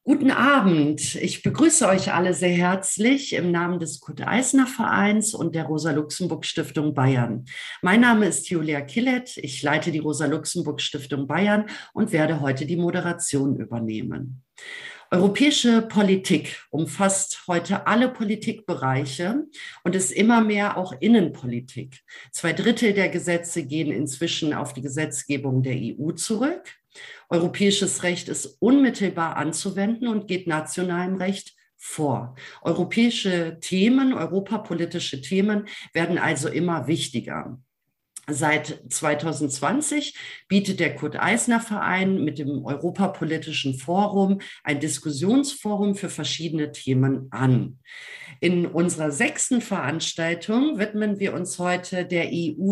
Guten Abend. Ich begrüße euch alle sehr herzlich im Namen des Kurt-Eisner-Vereins und der Rosa-Luxemburg-Stiftung Bayern. Mein Name ist Julia Killett. Ich leite die Rosa-Luxemburg-Stiftung Bayern und werde heute die Moderation übernehmen. Europäische Politik umfasst heute alle Politikbereiche und ist immer mehr auch Innenpolitik. 2/3 der Gesetze gehen inzwischen auf die Gesetzgebung der EU zurück. Europäisches Recht ist unmittelbar anzuwenden und geht nationalem Recht vor. Europäische Themen, europapolitische Themen werden also immer wichtiger. Seit 2020 bietet der Kurt-Eisner-Verein mit dem Europapolitischen Forum ein Diskussionsforum für verschiedene Themen an. In unserer 6. Veranstaltung widmen wir uns heute der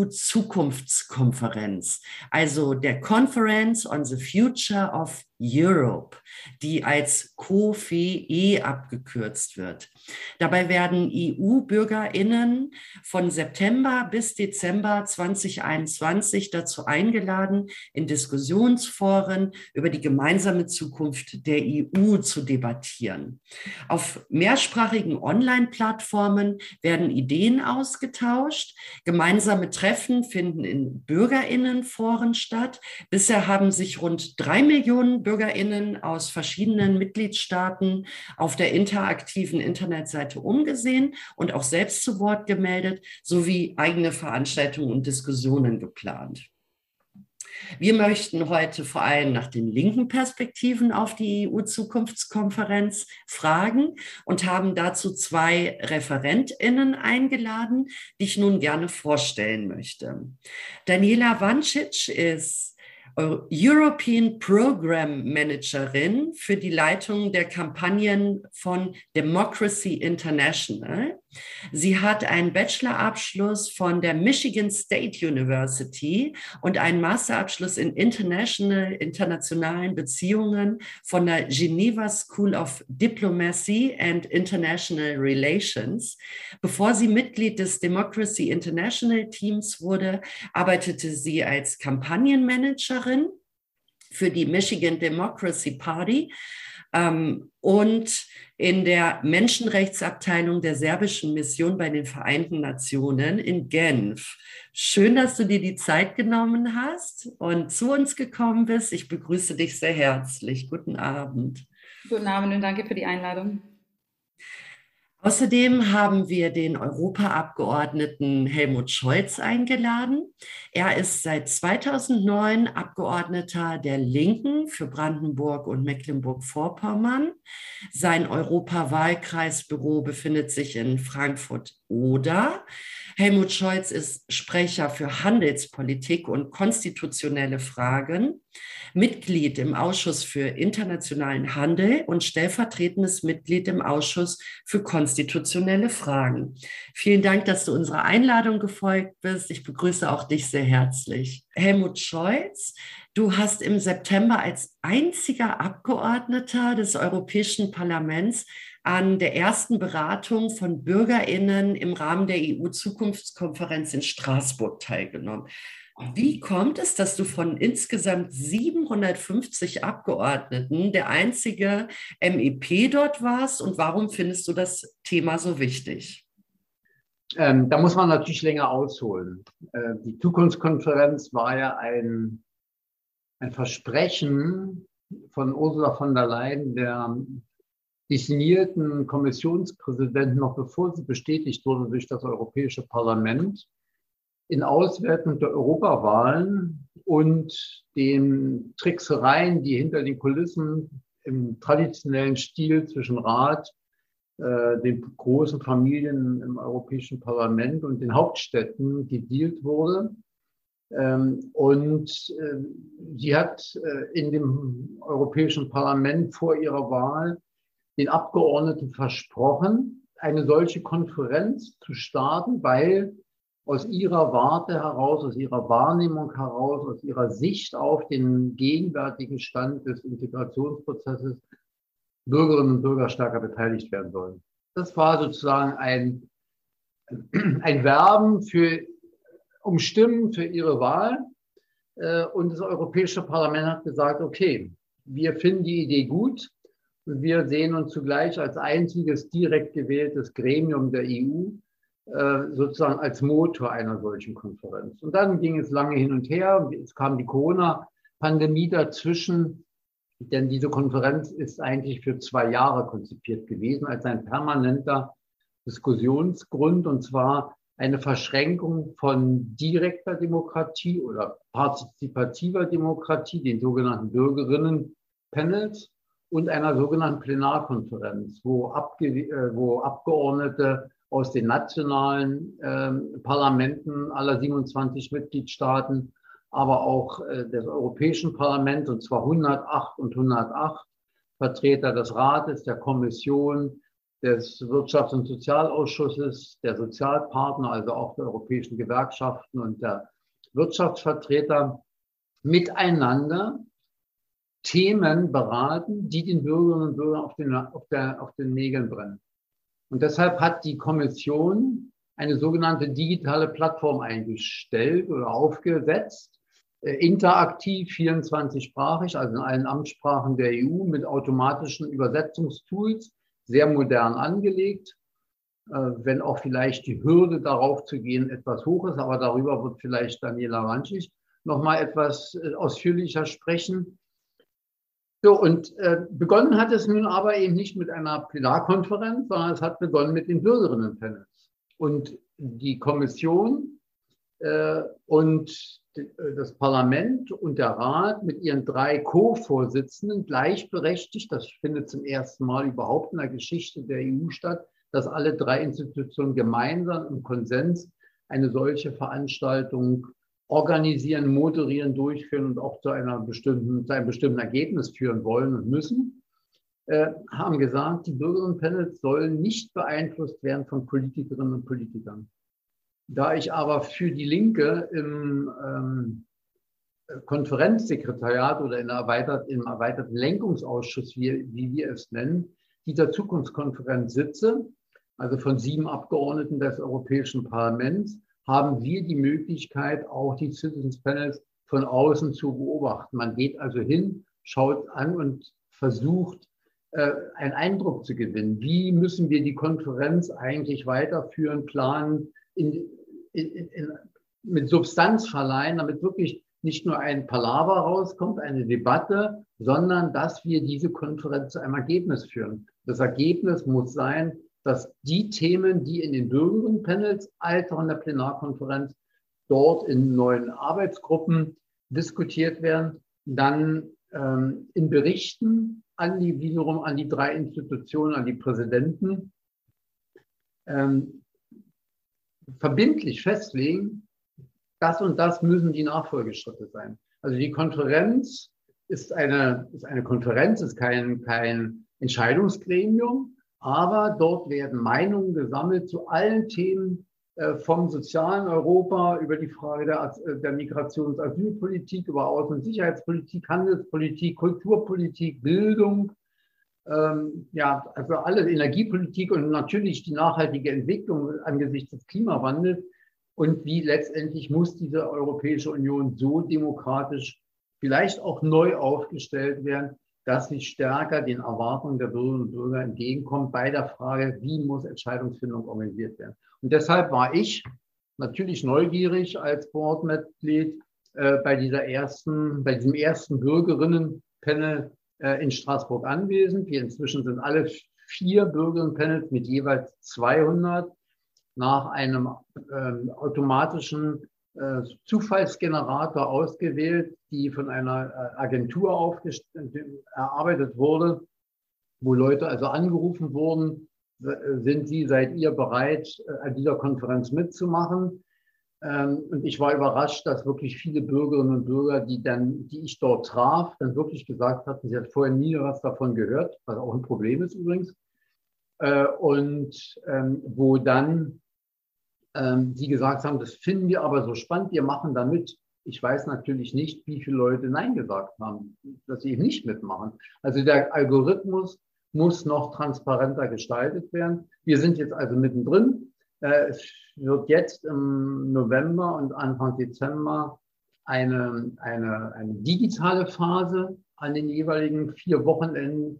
EU-Zukunftskonferenz, also der Conference on the Future of Europe, die als COFE abgekürzt wird. Dabei werden EU-BürgerInnen von September bis Dezember 2021 dazu eingeladen, in Diskussionsforen über die gemeinsame Zukunft der EU zu debattieren. Auf mehrsprachigen Online-Plattformen werden Ideen ausgetauscht. Gemeinsame Treffen finden in BürgerInnenforen statt. Bisher haben sich rund 3 Millionen BürgerInnen aus verschiedenen Mitgliedstaaten auf der interaktiven Internetseite umgesehen und auch selbst zu Wort gemeldet, sowie eigene Veranstaltungen und Diskussionen geplant. Wir möchten heute vor allem nach den linken Perspektiven auf die EU-Zukunftskonferenz fragen und haben dazu 2 ReferentInnen eingeladen, die ich nun gerne vorstellen möchte. Daniela Vancic ist European Program Managerin für die Leitung der Kampagnen von Democracy International. Sie hat einen Bachelorabschluss von der Michigan State University und einen Masterabschluss in internationalen Beziehungen von der Geneva School of Diplomacy and International Relations. Bevor sie Mitglied des Democracy International Teams wurde, arbeitete sie als Kampagnenmanagerin für die Michigan Democracy Party und in der Menschenrechtsabteilung der serbischen Mission bei den Vereinten Nationen in Genf. Schön, dass du dir die Zeit genommen hast und zu uns gekommen bist. Ich begrüße dich sehr herzlich. Guten Abend. Guten Abend und danke für die Einladung. Außerdem haben wir den Europaabgeordneten Helmut Scholz eingeladen. Er ist seit 2009 Abgeordneter der Linken für Brandenburg und Mecklenburg-Vorpommern. Sein Europawahlkreisbüro befindet sich in Frankfurt-Oder. Helmut Scholz ist Sprecher für Handelspolitik und konstitutionelle Fragen, Mitglied im Ausschuss für internationalen Handel und stellvertretendes Mitglied im Ausschuss für konstitutionelle Fragen. Vielen Dank, dass du unserer Einladung gefolgt bist. Ich begrüße auch dich sehr herzlich. Helmut Scholz, du hast im September als einziger Abgeordneter des Europäischen Parlaments an der ersten Beratung von BürgerInnen im Rahmen der EU-Zukunftskonferenz in Straßburg teilgenommen. Wie kommt es, dass du von insgesamt 750 Abgeordneten der einzige MEP dort warst und warum findest du das Thema so wichtig? Da muss man natürlich länger ausholen. Die Zukunftskonferenz war ja ein Versprechen von Ursula von der Leyen, der designierten Kommissionspräsidenten, noch bevor sie bestätigt wurde durch das Europäische Parlament, in Auswertung der Europawahlen und den Tricksereien, die hinter den Kulissen im traditionellen Stil zwischen Rat, den großen Familien im Europäischen Parlament und den Hauptstädten gedealt wurde. Und sie hat in dem Europäischen Parlament vor ihrer Wahl den Abgeordneten versprochen, eine solche Konferenz zu starten, weil aus ihrer Warte heraus, aus ihrer Wahrnehmung heraus, aus ihrer Sicht auf den gegenwärtigen Stand des Integrationsprozesses Bürgerinnen und Bürger stärker beteiligt werden sollen. Das war sozusagen ein Werben um Stimmen für ihre Wahl. Und das Europäische Parlament hat gesagt, okay, wir finden die Idee gut Wir sehen uns zugleich als einziges direkt gewähltes Gremium der EU sozusagen als Motor einer solchen Konferenz. Und dann ging es lange hin und her. Es kam die Corona-Pandemie dazwischen, denn diese Konferenz ist eigentlich für 2 Jahre konzipiert gewesen als ein permanenter Diskussionsgrund, und zwar eine Verschränkung von direkter Demokratie oder partizipativer Demokratie, den sogenannten Bürgerinnen-Panels, und einer sogenannten Plenarkonferenz, wo Abgeordnete aus den nationalen Parlamenten aller 27 Mitgliedstaaten, aber auch des Europäischen Parlaments, und zwar 108 und 108, Vertreter des Rates, der Kommission, des Wirtschafts- und Sozialausschusses, der Sozialpartner, also auch der europäischen Gewerkschaften und der Wirtschaftsvertreter, miteinander Themen beraten, die den Bürgerinnen und Bürgern auf den Nägeln brennen. Und deshalb hat die Kommission eine sogenannte digitale Plattform eingestellt oder aufgesetzt, interaktiv, 24-sprachig, also in allen Amtssprachen der EU, mit automatischen Übersetzungstools, sehr modern angelegt, wenn auch vielleicht die Hürde, darauf zu gehen, etwas hoch ist, aber darüber wird vielleicht Daniela Rančič noch mal etwas ausführlicher sprechen. So, und begonnen hat es nun aber eben nicht mit einer Plenarkonferenz, sondern es hat begonnen mit den Bürgerinnenpanels. Und die Kommission und das Parlament und der Rat mit ihren 3 Co-Vorsitzenden gleichberechtigt, das findet zum ersten Mal überhaupt in der Geschichte der EU statt, dass alle 3 Institutionen gemeinsam im Konsens eine solche Veranstaltung organisieren, moderieren, durchführen und auch zu einem bestimmten Ergebnis führen wollen und müssen, haben gesagt, die Bürgerinnenpanels sollen nicht beeinflusst werden von Politikerinnen und Politikern. Da ich aber für die Linke im Konferenzsekretariat oder im erweiterten Lenkungsausschuss, wie wir es nennen, dieser Zukunftskonferenz sitze, also von 7 Abgeordneten des Europäischen Parlaments, haben wir die Möglichkeit, auch die Citizens Panels von außen zu beobachten. Man geht also hin, schaut an und versucht, einen Eindruck zu gewinnen. Wie müssen wir die Konferenz eigentlich weiterführen, planen, mit Substanz verleihen, damit wirklich nicht nur ein Palaver rauskommt, eine Debatte, sondern dass wir diese Konferenz zu einem Ergebnis führen. Das Ergebnis muss sein, dass die Themen, die in den Bürgerinnenpanels als auch in der Plenarkonferenz dort in neuen Arbeitsgruppen diskutiert werden, dann in Berichten wiederum an die 3 Institutionen, an die Präsidenten, verbindlich festlegen, das und das müssen die Nachfolgeschritte sein. Also die Konferenz ist eine Konferenz, ist kein Entscheidungsgremium, aber dort werden Meinungen gesammelt zu allen Themen vom sozialen Europa über die Frage der Migrations- und Asylpolitik, über Außen- und Sicherheitspolitik, Handelspolitik, Kulturpolitik, Bildung, ja, also alles, Energiepolitik und natürlich die nachhaltige Entwicklung angesichts des Klimawandels. Und wie letztendlich muss diese Europäische Union so demokratisch vielleicht auch neu aufgestellt werden, dass sie stärker den Erwartungen der Bürgerinnen und Bürger entgegenkommt bei der Frage, wie muss Entscheidungsfindung organisiert werden. Und deshalb war ich natürlich neugierig als Boardmitglied bei diesem ersten Bürgerinnenpanel in Straßburg anwesend. Wir inzwischen sind alle 4 Bürgerinnenpanels mit jeweils 200 nach einem automatischen Zufallsgenerator ausgewählt, die von einer Agentur erarbeitet wurde, wo Leute also angerufen wurden, seid ihr bereit, an dieser Konferenz mitzumachen? Und ich war überrascht, dass wirklich viele Bürgerinnen und Bürger, die ich dort traf, dann wirklich gesagt hatten, sie hat vorher nie was davon gehört, was auch ein Problem ist übrigens. Wo dann sie gesagt haben, das finden wir aber so spannend, wir machen da mit. Ich weiß natürlich nicht, wie viele Leute Nein gesagt haben, dass sie eben nicht mitmachen. Also der Algorithmus muss noch transparenter gestaltet werden. Wir sind jetzt also mittendrin. Es wird jetzt im November und Anfang Dezember eine digitale Phase an den jeweiligen 4 Wochenenden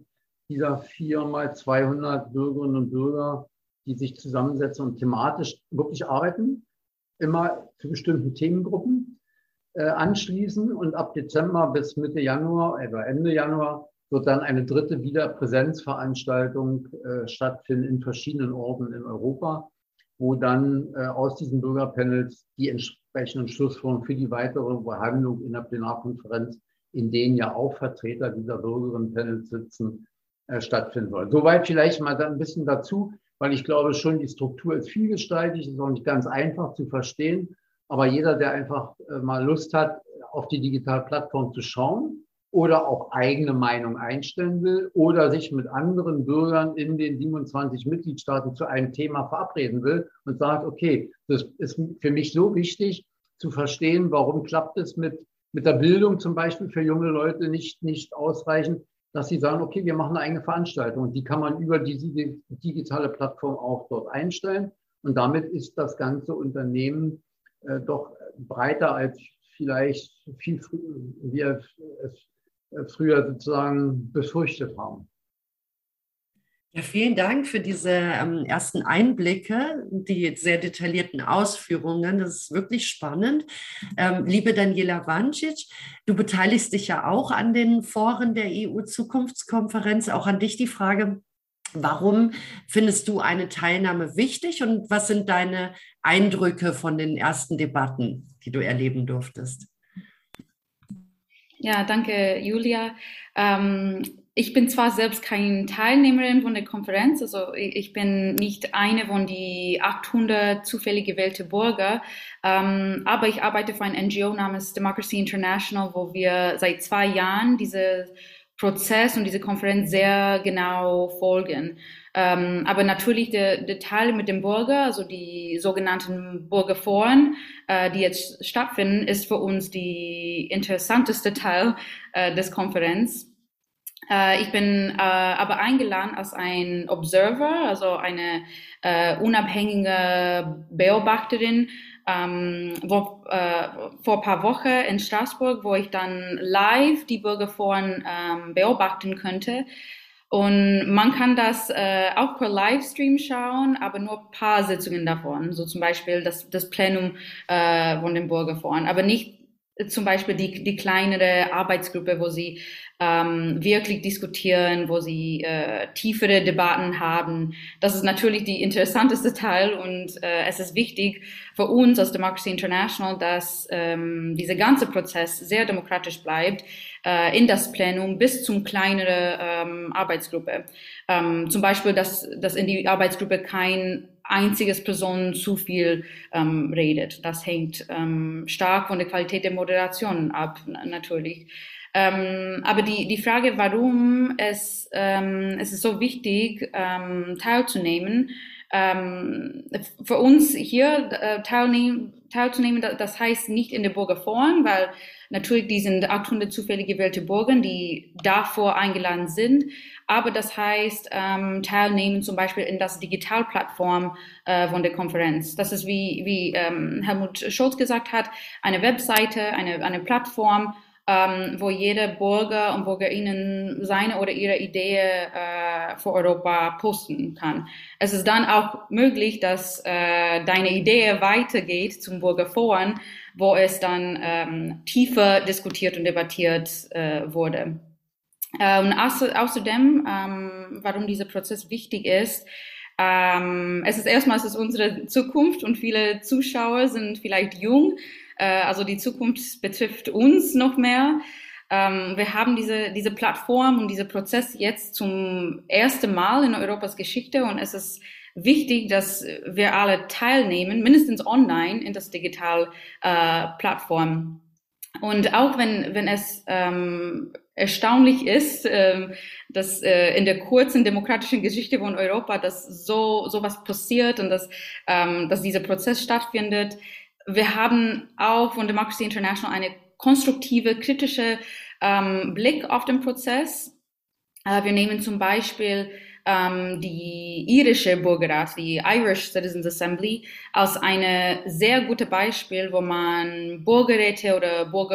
dieser 4x200 Bürgerinnen und Bürger, die sich zusammensetzen und thematisch wirklich arbeiten, immer zu bestimmten Themengruppen anschließen. Und ab Dezember bis Mitte Januar, Ende Januar, wird dann eine dritte Präsenzveranstaltung stattfinden in verschiedenen Orten in Europa, wo dann aus diesen Bürgerpanels die entsprechenden Schlussfolgerungen für die weitere Behandlung in der Plenarkonferenz, in denen ja auch Vertreter dieser Bürgerinnenpanels sitzen, stattfinden soll. Soweit vielleicht mal ein bisschen dazu, weil ich glaube schon, die Struktur ist vielgestaltig, ist auch nicht ganz einfach zu verstehen, aber jeder, der einfach mal Lust hat, auf die digitale Plattform zu schauen oder auch eigene Meinung einstellen will oder sich mit anderen Bürgern in den 27 Mitgliedstaaten zu einem Thema verabreden will und sagt, okay, das ist für mich so wichtig zu verstehen, warum klappt es mit der Bildung zum Beispiel für junge Leute nicht ausreichend, dass sie sagen, okay, wir machen eine eigene Veranstaltung. Und die kann man über diese digitale Plattform auch dort einstellen. Und damit ist das ganze Unternehmen doch breiter als vielleicht viel wir es früher sozusagen befürchtet haben. Ja, vielen Dank für diese ersten Einblicke, die sehr detaillierten Ausführungen. Das ist wirklich spannend. Liebe Daniela Vancic, du beteiligst dich ja auch an den Foren der EU-Zukunftskonferenz. Auch an dich die Frage, warum findest du eine Teilnahme wichtig und was sind deine Eindrücke von den ersten Debatten, die du erleben durftest? Ja, danke, Julia. Ich bin zwar selbst keine Teilnehmerin von der Konferenz, also ich bin nicht eine von die 800 zufällig gewählte Bürger, aber ich arbeite für ein NGO namens Democracy International, wo wir seit 2 Jahren diesen Prozess und diese Konferenz sehr genau folgen. Aber natürlich der Teil mit dem Bürger, also die sogenannten Bürgerforen, die jetzt stattfinden, ist für uns die interessanteste Teil des Konferenz. Ich bin aber eingeladen als ein Observer, also eine unabhängige Beobachterin, vor ein paar Wochen in Straßburg, wo ich dann live die Bürgerforen beobachten könnte. Und man kann das auch per Livestream schauen, aber nur ein paar Sitzungen davon, so zum Beispiel das Plenum von den Bürgerforen, aber nicht zum Beispiel die kleinere Arbeitsgruppe, wo sie wirklich diskutieren, wo sie tiefere Debatten haben. Das ist natürlich die interessanteste Teil und es ist wichtig für uns als Democracy International, dass dieser ganze Prozess sehr demokratisch bleibt, in das Plenum bis zum kleinere Arbeitsgruppe. Zum Beispiel, dass in die Arbeitsgruppe kein einziges Person zu viel redet. Das hängt stark von der Qualität der Moderation ab, natürlich. Aber die Frage, warum es ist so wichtig, teilzunehmen, für uns hier teilzunehmen, das heißt nicht in der Bürgerforen, weil natürlich die sind 800 zufällig gewählte Bürger, die davor eingeladen sind, aber das heißt teilnehmen zum Beispiel in das Digitalplattform von der Konferenz. Das ist wie Helmut Scholz gesagt hat, eine Webseite, eine Plattform, wo jeder Bürger und Bürgerinnen seine oder ihre Idee für Europa posten kann. Es ist dann auch möglich, dass deine Idee weitergeht zum Bürgerforen, wo es dann tiefer diskutiert und debattiert wurde. Und außerdem, warum dieser Prozess wichtig ist, es ist unsere Zukunft und viele Zuschauer sind vielleicht jung. Also die Zukunft betrifft uns noch mehr. Wir haben diese Plattform und diesen Prozess jetzt zum ersten Mal in Europas Geschichte und es ist wichtig, dass wir alle teilnehmen, mindestens online in das Digital-Plattform. Und auch wenn es erstaunlich ist, dass in der kurzen demokratischen Geschichte von Europa, dass so was passiert und dass dieser Prozess stattfindet. Wir haben auch von Democracy International eine konstruktive, kritische Blick auf den Prozess. Wir nehmen zum Beispiel die irische Bürgerrat, die Irish Citizens Assembly, als eine sehr gute Beispiel, wo man Bürgerräte oder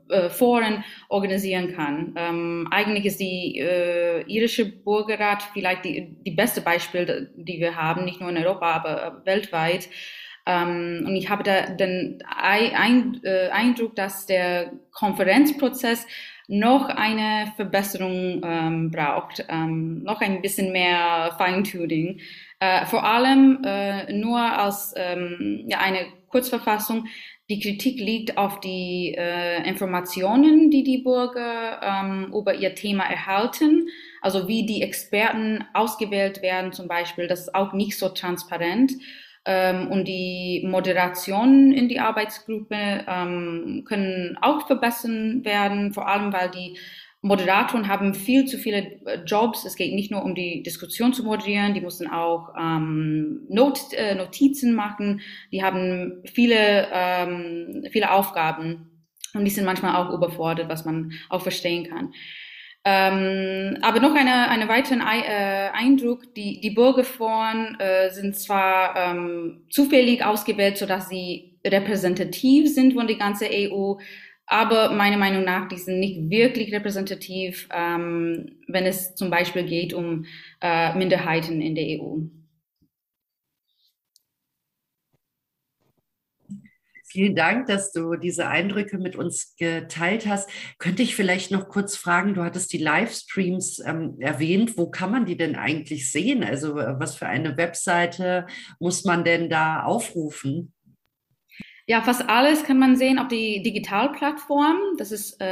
Foren organisieren kann. Eigentlich ist die irische Bürgerrat vielleicht die beste Beispiel, die wir haben, nicht nur in Europa, aber weltweit. Und ich habe da den Eindruck, dass der Konferenzprozess noch eine Verbesserung braucht, noch ein bisschen mehr Feintuning. Vor allem nur als eine Kurzverfassung. Die Kritik liegt auf die Informationen, die Bürger über ihr Thema erhalten. Also wie die Experten ausgewählt werden zum Beispiel, das ist auch nicht so transparent. Und die Moderationen in die Arbeitsgruppe können auch verbessert werden, vor allem weil die Moderatoren haben viel zu viele Jobs. Es geht nicht nur um die Diskussion zu moderieren, die müssen auch Notizen machen. Die haben viele Aufgaben und die sind manchmal auch überfordert, was man auch verstehen kann. Aber noch eine weiteren Eindruck, die Bürgerforen sind zwar zufällig ausgewählt, sodass sie repräsentativ sind von der ganzen EU, aber meiner Meinung nach, die sind nicht wirklich repräsentativ, wenn es zum Beispiel geht um Minderheiten in der EU. Vielen Dank, dass du diese Eindrücke mit uns geteilt hast. Könnte ich vielleicht noch kurz fragen, du hattest die Livestreams erwähnt. Wo kann man die denn eigentlich sehen? Also was für eine Webseite muss man denn da aufrufen? Ja, fast alles kann man sehen auf die Digitalplattform. Das ist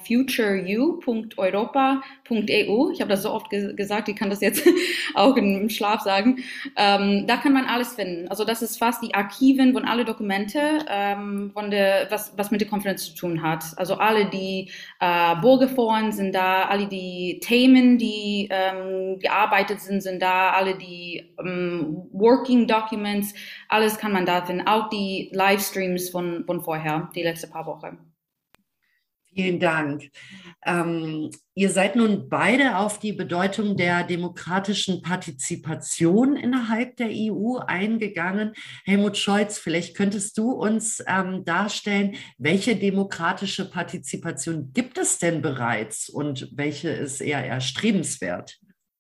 futureu.europa.eu. Ich habe das so oft gesagt, ich kann das jetzt auch im Schlaf sagen. Da kann man alles finden. Also das ist fast die Archiven von alle Dokumente, was mit der Konferenz zu tun hat. Also alle die Bürgerforen sind da, alle die Themen, die gearbeitet sind da, alle die Working Documents, alles kann man da finden. Auch die Livestreams von vorher, die letzten paar Wochen. Vielen Dank. Ihr seid nun beide auf die Bedeutung der demokratischen Partizipation innerhalb der EU eingegangen. Helmut Scholz, vielleicht könntest du uns darstellen, welche demokratische Partizipation gibt es denn bereits und welche ist eher erstrebenswert?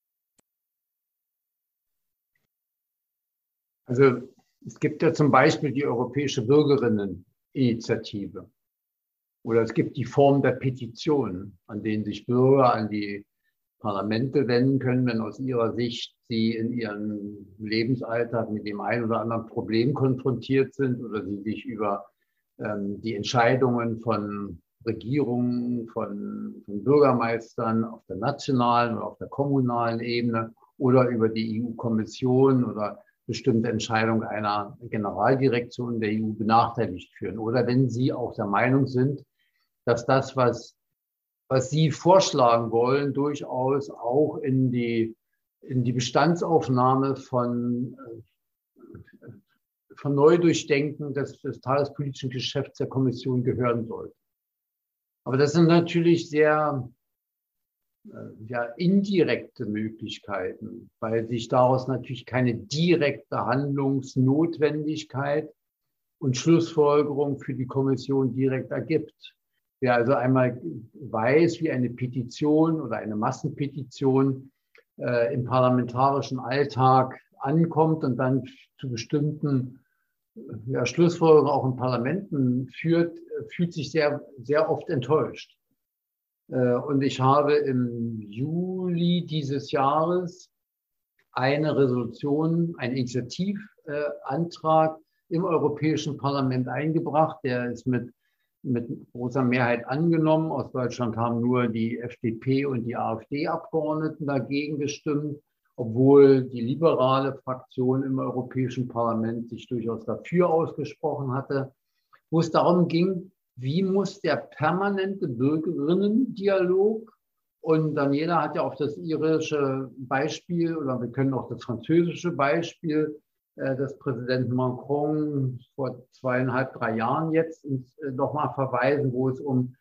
Also es gibt ja zum Beispiel die Europäische Bürgerinneninitiative oder es gibt die Form der Petition, an denen sich Bürger an die Parlamente wenden können, wenn aus ihrer Sicht sie in ihrem Lebensalltag mit dem einen oder anderen Problem konfrontiert sind oder sie sich über die Entscheidungen von Regierungen, von Bürgermeistern auf der nationalen oder auf der kommunalen Ebene oder über die EU-Kommission oder bestimmte Entscheidungen einer Generaldirektion der EU benachteiligt führen. Oder wenn Sie auch der Meinung sind, dass das, was Sie vorschlagen wollen, durchaus auch in die Bestandsaufnahme von Neudurchdenken des tagespolitischen Geschäfts der Kommission gehören sollte. Aber das sind natürlich sehr indirekte Möglichkeiten, weil sich daraus natürlich keine direkte Handlungsnotwendigkeit und Schlussfolgerung für die Kommission direkt ergibt. Wer also einmal weiß, wie eine Petition oder eine Massenpetition im parlamentarischen Alltag ankommt und dann zu bestimmten Schlussfolgerungen auch in Parlamenten führt, fühlt sich sehr, sehr oft enttäuscht. Und ich habe im Juli dieses Jahres eine Resolution, einen Initiativantrag im Europäischen Parlament eingebracht. Der ist mit großer Mehrheit angenommen. Aus Deutschland haben nur die FDP und die AfD-Abgeordneten dagegen gestimmt, obwohl die liberale Fraktion im Europäischen Parlament sich durchaus dafür ausgesprochen hatte, wo es darum ging, wie muss der permanente Bürgerinnendialog, und Daniela hat ja auch das irische Beispiel oder wir können auch das französische Beispiel des Präsidenten Macron vor 2,5, 3 Jahren jetzt nochmal verweisen, wo es um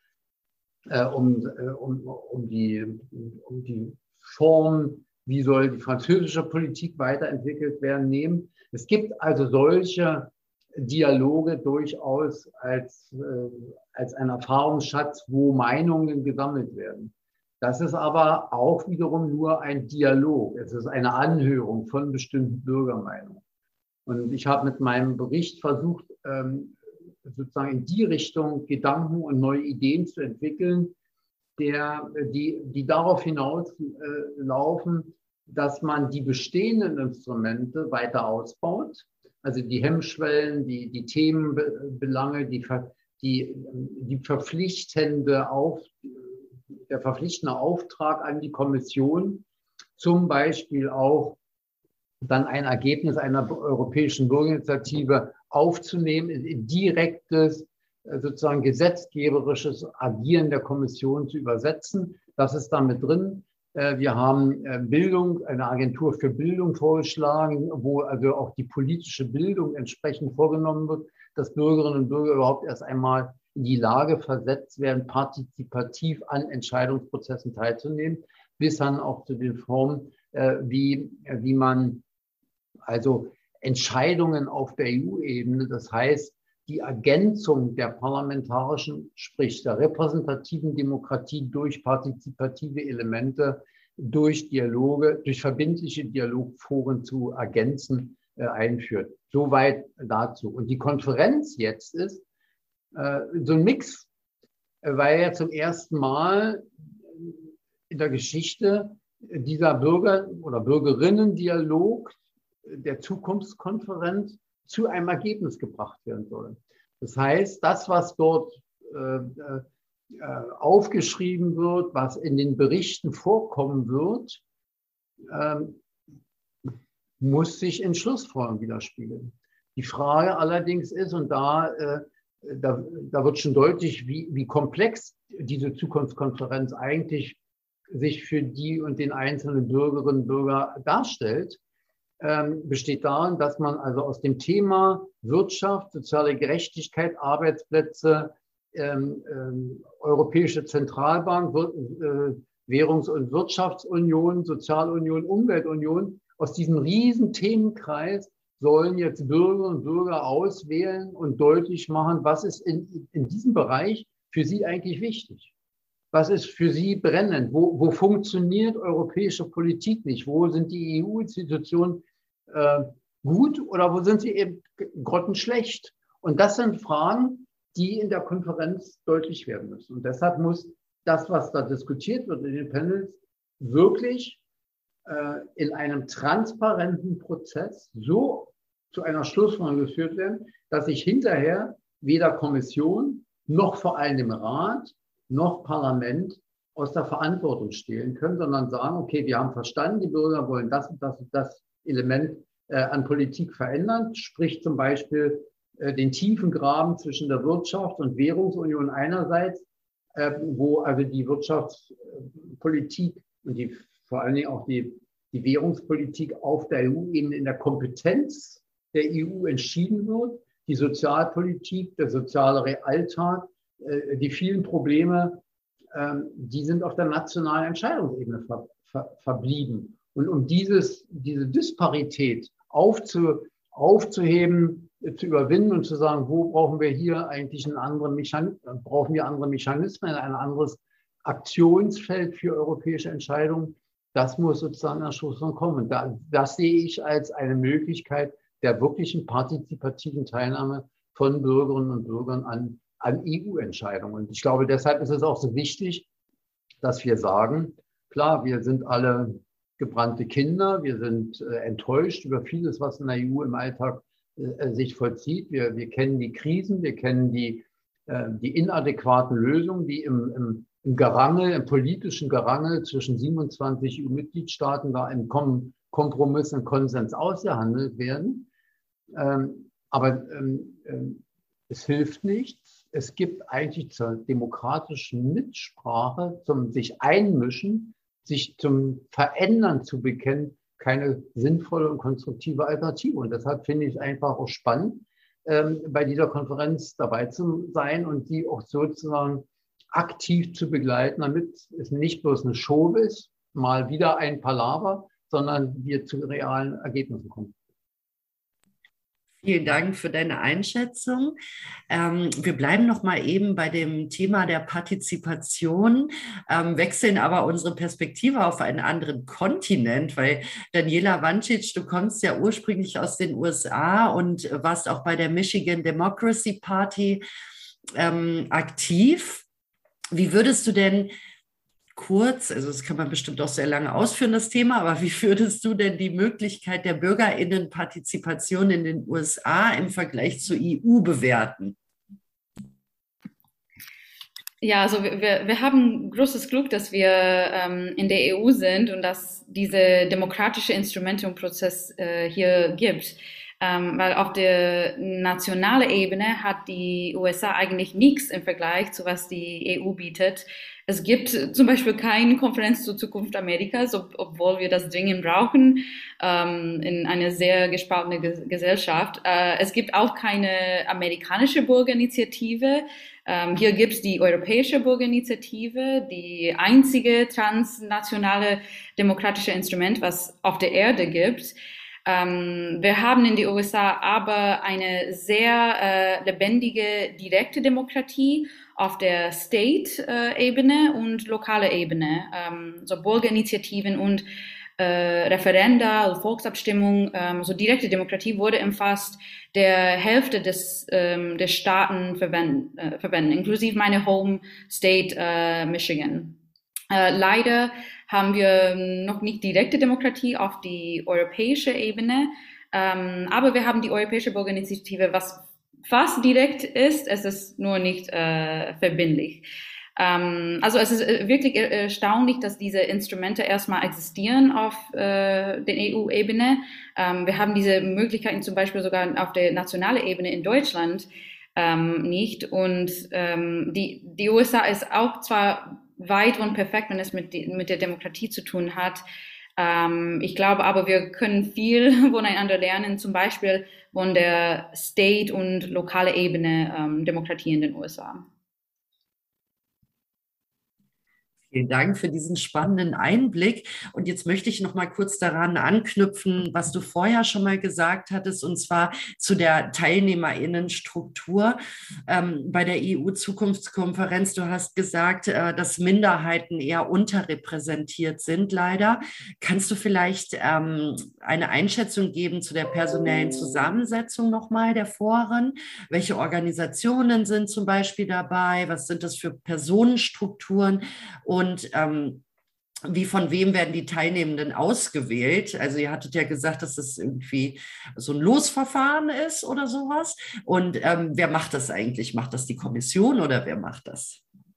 die Form, wie soll die französische Politik weiterentwickelt werden, nehmen. Es gibt also solche Dialoge durchaus als als ein Erfahrungsschatz, wo Meinungen gesammelt werden. Das ist aber auch wiederum nur ein Dialog. Es ist eine Anhörung von bestimmten Bürgermeinungen. Und ich habe mit meinem Bericht versucht, sozusagen in die Richtung Gedanken und neue Ideen zu entwickeln, die darauf hinauslaufen, dass man die bestehenden Instrumente weiter ausbaut, also die Hemmschwellen, die Themenbelange, der verpflichtende Auftrag an die Kommission, zum Beispiel auch dann ein Ergebnis einer europäischen Bürgerinitiative aufzunehmen, in direktes, sozusagen gesetzgeberisches Agieren der Kommission zu übersetzen. Das ist damit drin. Wir haben eine Agentur für Bildung vorgeschlagen, wo also auch die politische Bildung entsprechend vorgenommen wird, dass Bürgerinnen und Bürger überhaupt erst einmal in die Lage versetzt werden, partizipativ an Entscheidungsprozessen teilzunehmen, bis dann auch zu den Formen, wie man also Entscheidungen auf der EU-Ebene, das heißt die Ergänzung der parlamentarischen, sprich der repräsentativen Demokratie durch partizipative Elemente, durch Dialoge, durch verbindliche Dialogforen zu ergänzen, einführt. Soweit dazu. Und die Konferenz jetzt ist so ein Mix, weil ja zum ersten Mal in der Geschichte dieser Bürger- oder Bürgerinnen-Dialog der Zukunftskonferenz zu einem Ergebnis gebracht werden soll. Das heißt, das, was dort aufgeschrieben wird, was in den Berichten vorkommen wird, muss sich in Schlussfolgerungen widerspiegeln. Die Frage allerdings ist, und da wird schon deutlich, wie komplex diese Zukunftskonferenz eigentlich sich für die und den einzelnen Bürgerinnen und Bürger darstellt, besteht darin, dass man also aus dem Thema Wirtschaft, soziale Gerechtigkeit, Arbeitsplätze, Europäische Zentralbank, Währungs- und Wirtschaftsunion, Sozialunion, Umweltunion, aus diesem riesen Themenkreis sollen jetzt Bürgerinnen und Bürger auswählen und deutlich machen, was ist in diesem Bereich für sie eigentlich wichtig. Was ist für Sie brennend? Wo funktioniert europäische Politik nicht? Wo sind die EU-Institutionen gut oder wo sind sie eben grottenschlecht? Und das sind Fragen, die in der Konferenz deutlich werden müssen. Und deshalb muss das, was da diskutiert wird in den Panels, wirklich in einem transparenten Prozess so zu einer Schlussfolgerung geführt werden, dass sich hinterher weder Kommission noch vor allem dem Rat noch Parlament aus der Verantwortung stehlen können, sondern sagen, okay, wir haben verstanden, die Bürger wollen das und das und das Element an Politik verändern, sprich zum Beispiel den tiefen Graben zwischen der Wirtschafts- und Währungsunion einerseits, wo also die Wirtschaftspolitik und vor allen Dingen auch die Währungspolitik auf der EU-Ebene in der Kompetenz der EU entschieden wird, die Sozialpolitik, der soziale Alltag, die vielen Probleme, die sind auf der nationalen Entscheidungsebene verblieben. Und um diese Disparität aufzuheben, zu überwinden und zu sagen, wo brauchen wir hier eigentlich andere Mechanismen, ein anderes Aktionsfeld für europäische Entscheidungen, das muss sozusagen an Schlussfolgerung kommen. Das sehe ich als eine Möglichkeit der wirklichen partizipativen Teilnahme von Bürgerinnen und Bürgern an EU-Entscheidungen. Und ich glaube, deshalb ist es auch so wichtig, dass wir sagen, klar, wir sind alle gebrannte Kinder, wir sind enttäuscht über vieles, was in der EU im Alltag sich vollzieht. Wir kennen die Krisen, wir kennen die inadäquaten Lösungen, die im politischen Gerangel zwischen 27 EU-Mitgliedstaaten da im Kompromiss und Konsens ausgehandelt werden. Aber es hilft nichts. Es gibt eigentlich zur demokratischen Mitsprache, zum sich einmischen, sich zum Verändern zu bekennen, keine sinnvolle und konstruktive Alternative. Und deshalb finde ich es einfach auch spannend, bei dieser Konferenz dabei zu sein und sie auch sozusagen aktiv zu begleiten, damit es nicht bloß eine Show ist, mal wieder ein Palaver, sondern wir zu realen Ergebnissen kommen. Vielen Dank für deine Einschätzung. Wir bleiben noch mal eben bei dem Thema der Partizipation, wechseln aber unsere Perspektive auf einen anderen Kontinent, weil Daniela Vancic, du kommst ja ursprünglich aus den USA und warst auch bei der Michigan Democracy Party aktiv. Wie würdest du denn kurz, also das kann man bestimmt auch sehr lange ausführen, das Thema, aber wie würdest du denn die Möglichkeit der BürgerInnenpartizipation in den USA im Vergleich zur EU bewerten? Ja, also wir haben großes Glück, dass wir in der EU sind und dass diese demokratische Instrumente und Prozess hier gibt. Weil auf der nationalen Ebene hat die USA eigentlich nichts im Vergleich zu was die EU bietet. Es gibt zum Beispiel keine Konferenz zur Zukunft Amerikas, obwohl wir das dringend brauchen, in einer sehr gespaltenen Gesellschaft. Es gibt auch keine amerikanische Bürgerinitiative. Hier gibt es die Europäische Bürgerinitiative, die einzige transnationale demokratische Instrument, was auf der Erde gibt. Wir haben in den USA aber eine sehr lebendige, direkte Demokratie auf der State-Ebene und lokale Ebene, so Bürgerinitiativen und Referenda, Volksabstimmung, so direkte Demokratie wurde in fast der Hälfte der Staaten verwenden, inklusive meine Home State Michigan. Leider haben wir noch nicht direkte Demokratie auf die europäische Ebene, aber wir haben die Europäische Bürgerinitiative, was fast direkt ist, es ist nur nicht verbindlich. Also es ist wirklich erstaunlich, dass diese Instrumente erstmal existieren auf der EU-Ebene. Wir haben diese Möglichkeiten zum Beispiel sogar auf der nationalen Ebene in Deutschland nicht. Und die USA ist auch zwar weit und perfekt, wenn es mit der Demokratie zu tun hat. Ich glaube aber, wir können viel voneinander lernen, zum Beispiel von der State- und lokale Ebene Demokratie in den USA. Vielen Dank für diesen spannenden Einblick. Und jetzt möchte ich noch mal kurz daran anknüpfen, was du vorher schon mal gesagt hattest, und zwar zu der TeilnehmerInnenstruktur bei der EU-Zukunftskonferenz. Du hast gesagt, dass Minderheiten eher unterrepräsentiert sind, leider. Kannst du vielleicht eine Einschätzung geben zu der personellen Zusammensetzung noch mal der Foren? Welche Organisationen sind zum Beispiel dabei? Was sind das für Personenstrukturen? Und wie von wem werden die Teilnehmenden ausgewählt? Also ihr hattet ja gesagt, dass das irgendwie so ein Losverfahren ist oder sowas. Und wer macht das eigentlich? Macht das die Kommission oder wer macht das?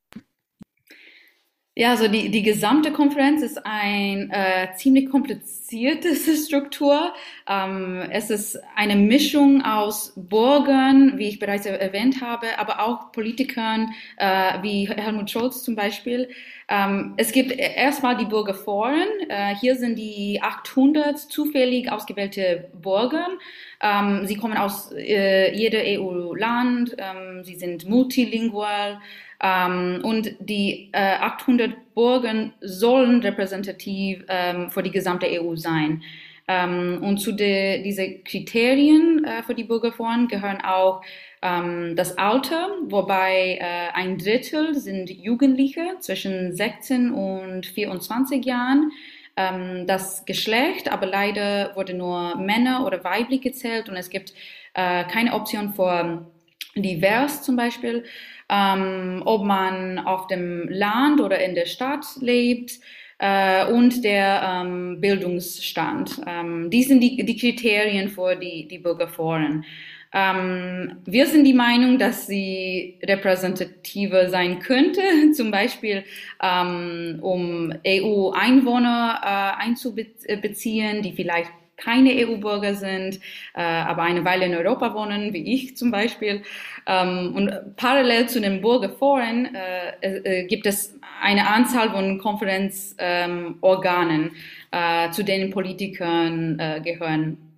Ja, also die gesamte Konferenz ist ein ziemlich komplizierte Struktur. Es ist eine Mischung aus Bürgern, wie ich bereits erwähnt habe, aber auch Politikern, wie Helmut Scholz zum Beispiel. Es gibt erstmal die Bürgerforen. Hier sind die 800 zufällig ausgewählte Bürger. Sie kommen aus jedem EU-Land. Sie sind multilingual. Und die 800 Bürger sollen repräsentativ für die gesamte EU sein. Und zu diese Kriterien für die Bürgerforen gehören auch das Alter, wobei ein Drittel sind Jugendliche zwischen 16 und 24 Jahren. Das Geschlecht, aber leider wurde nur Männer oder weiblich gezählt und es gibt keine Option für divers zum Beispiel. Ob man auf dem Land oder in der Stadt lebt und der Bildungsstand. Die sind die Kriterien für die Bürgerforen. Wir sind die Meinung, dass sie repräsentativer sein könnte, zum Beispiel um EU-Einwohner einzubeziehen, die vielleicht keine EU-Bürger sind, aber eine Weile in Europa wohnen, wie ich zum Beispiel. Und parallel zu den Bürgerforen gibt es eine Anzahl von Konferenzorganen, zu denen Politikern gehören.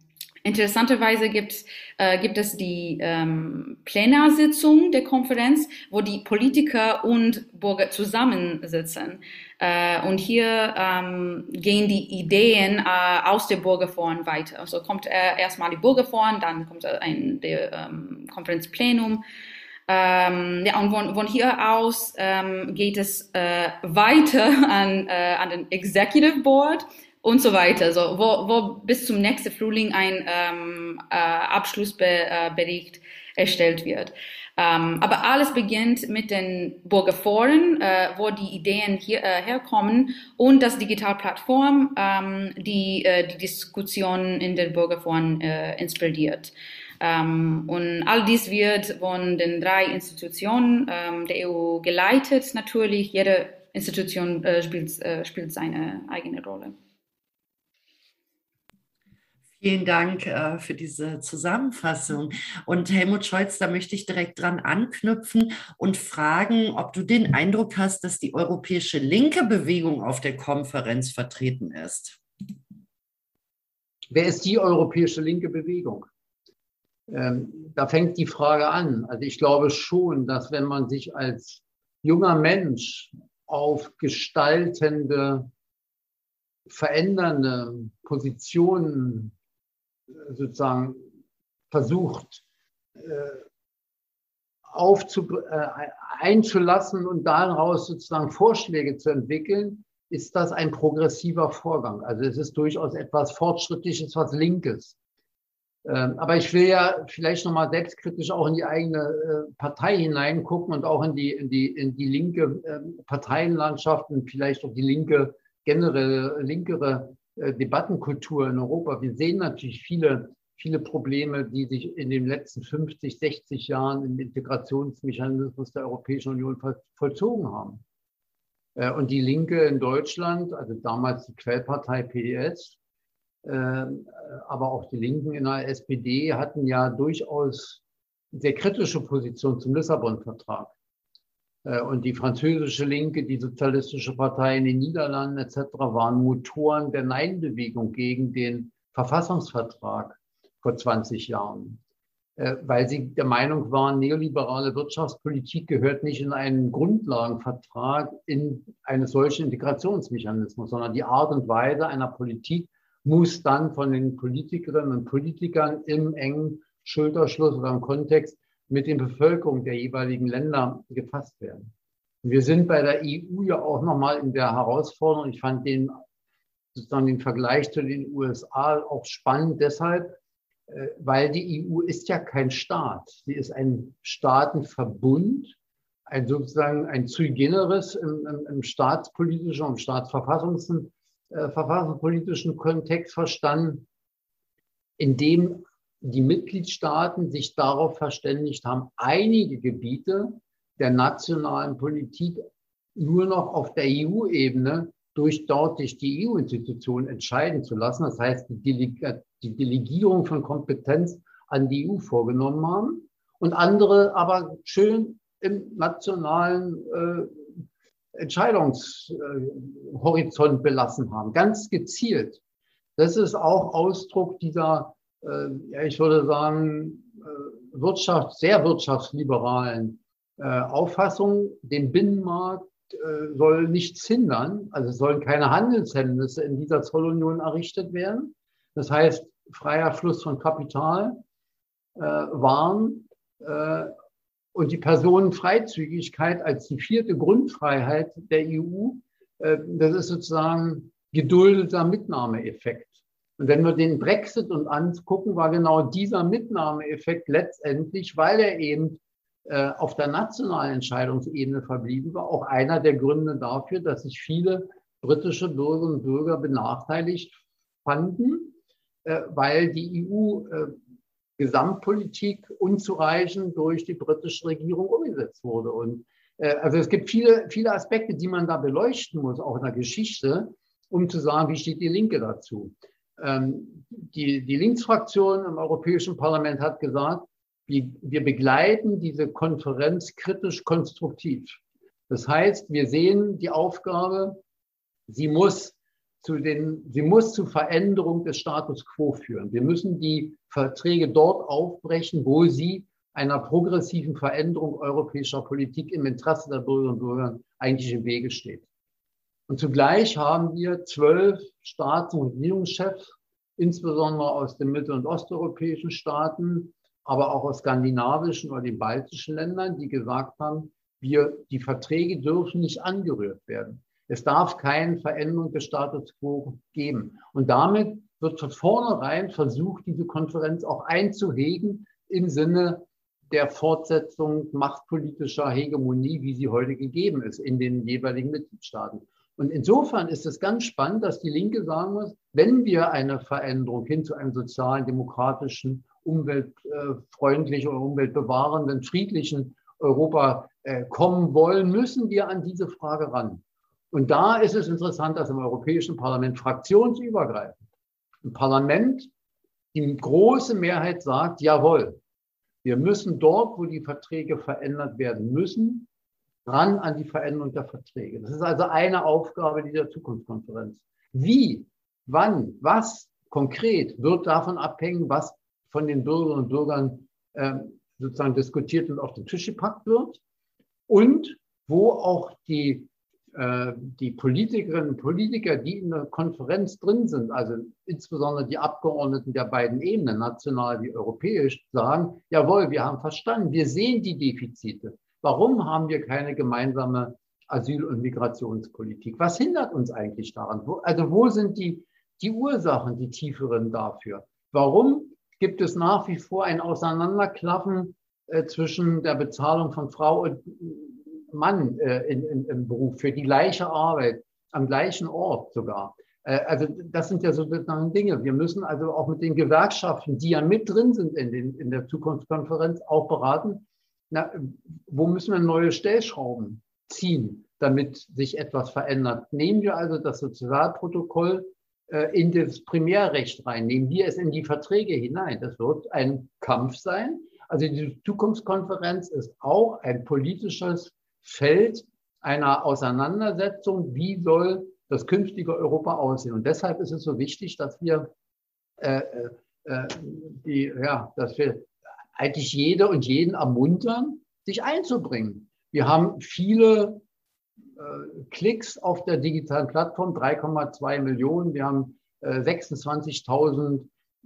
Interessanterweise gibt es die Plenarsitzung der Konferenz, wo die Politiker und Bürger zusammensitzen. Und hier gehen die Ideen aus dem Bürgerforum weiter. Also kommt erstmal die Bürgerforum, dann kommt der Konferenzplenum. Ja, und von hier aus geht es weiter an den Executive Board und so weiter, so, wo bis zum nächsten Frühling ein Abschlussbericht erstellt wird. Aber alles beginnt mit den Bürgerforen, wo die Ideen herkommen und das Digitalplattform, die Diskussion in den Bürgerforen inspiriert. Und all dies wird von den 3 Institutionen der EU geleitet. Natürlich, jede Institution spielt seine eigene Rolle. Vielen Dank für diese Zusammenfassung. Und Helmut Scholz, da möchte ich direkt dran anknüpfen und fragen, ob du den Eindruck hast, dass die europäische linke Bewegung auf der Konferenz vertreten ist. Wer ist die europäische linke Bewegung? Da fängt die Frage an. Also ich glaube schon, dass wenn man sich als junger Mensch auf gestaltende, verändernde Positionen sozusagen versucht einzulassen und daraus sozusagen Vorschläge zu entwickeln, ist das ein progressiver Vorgang. Also es ist durchaus etwas Fortschrittliches, was Linkes. Aber ich will ja vielleicht nochmal selbstkritisch auch in die eigene Partei hineingucken und auch in die linke Parteienlandschaft und vielleicht auch die linkere Debattenkultur in Europa. Wir sehen natürlich viele Probleme, die sich in den letzten 50, 60 Jahren im Integrationsmechanismus der Europäischen Union vollzogen haben. Und die Linke in Deutschland, also damals die Quellpartei PDS, aber auch die Linken in der SPD hatten ja durchaus sehr kritische Position zum Lissabon-Vertrag. Und die französische Linke, die Sozialistische Partei in den Niederlanden etc. waren Motoren der Nein-Bewegung gegen den Verfassungsvertrag vor 20 Jahren, weil sie der Meinung waren, neoliberale Wirtschaftspolitik gehört nicht in einen Grundlagenvertrag in eines solchen Integrationsmechanismus, sondern die Art und Weise einer Politik muss dann von den Politikerinnen und Politikern im engen Schulterschluss oder im Kontext mit den Bevölkerungen der jeweiligen Länder gefasst werden. Und wir sind bei der EU ja auch nochmal in der Herausforderung. Ich fand sozusagen den Vergleich zu den USA auch spannend deshalb, weil die EU ist ja kein Staat. Sie ist ein Staatenverbund, sozusagen ein sui generis im staatspolitischen und verfassungspolitischen Kontext verstanden, in dem die Mitgliedstaaten sich darauf verständigt haben, einige Gebiete der nationalen Politik nur noch auf der EU-Ebene durch die EU-Institutionen entscheiden zu lassen. Das heißt, die Delegierung von Kompetenz an die EU vorgenommen haben und andere aber schön im nationalen Entscheidungshorizont belassen haben, ganz gezielt. Das ist auch Ausdruck dieser, ich würde sagen, sehr wirtschaftsliberalen Auffassung. Den Binnenmarkt soll nichts hindern, also es sollen keine Handelshemmnisse in dieser Zollunion errichtet werden. Das heißt, freier Fluss von Kapital, Waren und die Personenfreizügigkeit als die 4. Grundfreiheit der EU, das ist sozusagen geduldeter Mitnahmeeffekt. Und wenn wir den Brexit uns angucken, war genau dieser Mitnahmeeffekt letztendlich, weil er eben auf der nationalen Entscheidungsebene verblieben war, auch einer der Gründe dafür, dass sich viele britische Bürgerinnen und Bürger benachteiligt fanden, weil die EU-Gesamtpolitik unzureichend durch die britische Regierung umgesetzt wurde. Und also es gibt viele Aspekte, die man da beleuchten muss, auch in der Geschichte, um zu sagen, wie steht die Linke dazu. Die Linksfraktion im Europäischen Parlament hat gesagt, wir begleiten diese Konferenz kritisch konstruktiv. Das heißt, wir sehen die Aufgabe, sie muss sie muss zu Veränderung des Status quo führen. Wir müssen die Verträge dort aufbrechen, wo sie einer progressiven Veränderung europäischer Politik im Interesse der Bürgerinnen und Bürger eigentlich im Wege steht. Und zugleich haben wir 12 Staats- und Regierungschefs, insbesondere aus den mittel- und osteuropäischen Staaten, aber auch aus skandinavischen oder den baltischen Ländern, die gesagt haben, die Verträge dürfen nicht angerührt werden. Es darf keine Veränderung des Status quo geben. Und damit wird von vornherein versucht, diese Konferenz auch einzuhegen im Sinne der Fortsetzung machtpolitischer Hegemonie, wie sie heute gegeben ist in den jeweiligen Mitgliedstaaten. Und insofern ist es ganz spannend, dass die Linke sagen muss, wenn wir eine Veränderung hin zu einem sozialen, demokratischen, umweltfreundlichen oder umweltbewahrenden, friedlichen Europa kommen wollen, müssen wir an diese Frage ran. Und da ist es interessant, dass im Europäischen Parlament fraktionsübergreifend ein Parlament die große Mehrheit sagt, jawohl, wir müssen dort, wo die Verträge verändert werden müssen, ran an die Veränderung der Verträge. Das ist also eine Aufgabe dieser Zukunftskonferenz. Wie, wann, was konkret wird davon abhängen, was von den Bürgerinnen und Bürgern sozusagen diskutiert und auf den Tisch gepackt wird und wo auch die Politikerinnen und Politiker, die in der Konferenz drin sind, also insbesondere die Abgeordneten der beiden Ebenen, national wie europäisch, sagen, jawohl, wir haben verstanden, wir sehen die Defizite. Warum haben wir keine gemeinsame Asyl- und Migrationspolitik? Was hindert uns eigentlich daran? Wo sind die Ursachen, die tieferen dafür? Warum gibt es nach wie vor ein Auseinanderklaffen zwischen der Bezahlung von Frau und Mann im Beruf für die gleiche Arbeit, am gleichen Ort sogar? Also das sind ja sozusagen Dinge. Wir müssen also auch mit den Gewerkschaften, die ja mit drin sind in der Zukunftskonferenz, auch beraten, wo müssen wir neue Stellschrauben ziehen, damit sich etwas verändert. Nehmen wir also das Sozialprotokoll in das Primärrecht rein, nehmen wir es in die Verträge hinein. Das wird ein Kampf sein. Also die Zukunftskonferenz ist auch ein politisches Feld einer Auseinandersetzung, wie soll das künftige Europa aussehen. Und deshalb ist es so wichtig, dass wir eigentlich jede und jeden ermuntern, sich einzubringen. Wir haben viele Klicks auf der digitalen Plattform, 3,2 Millionen. Wir haben 26.000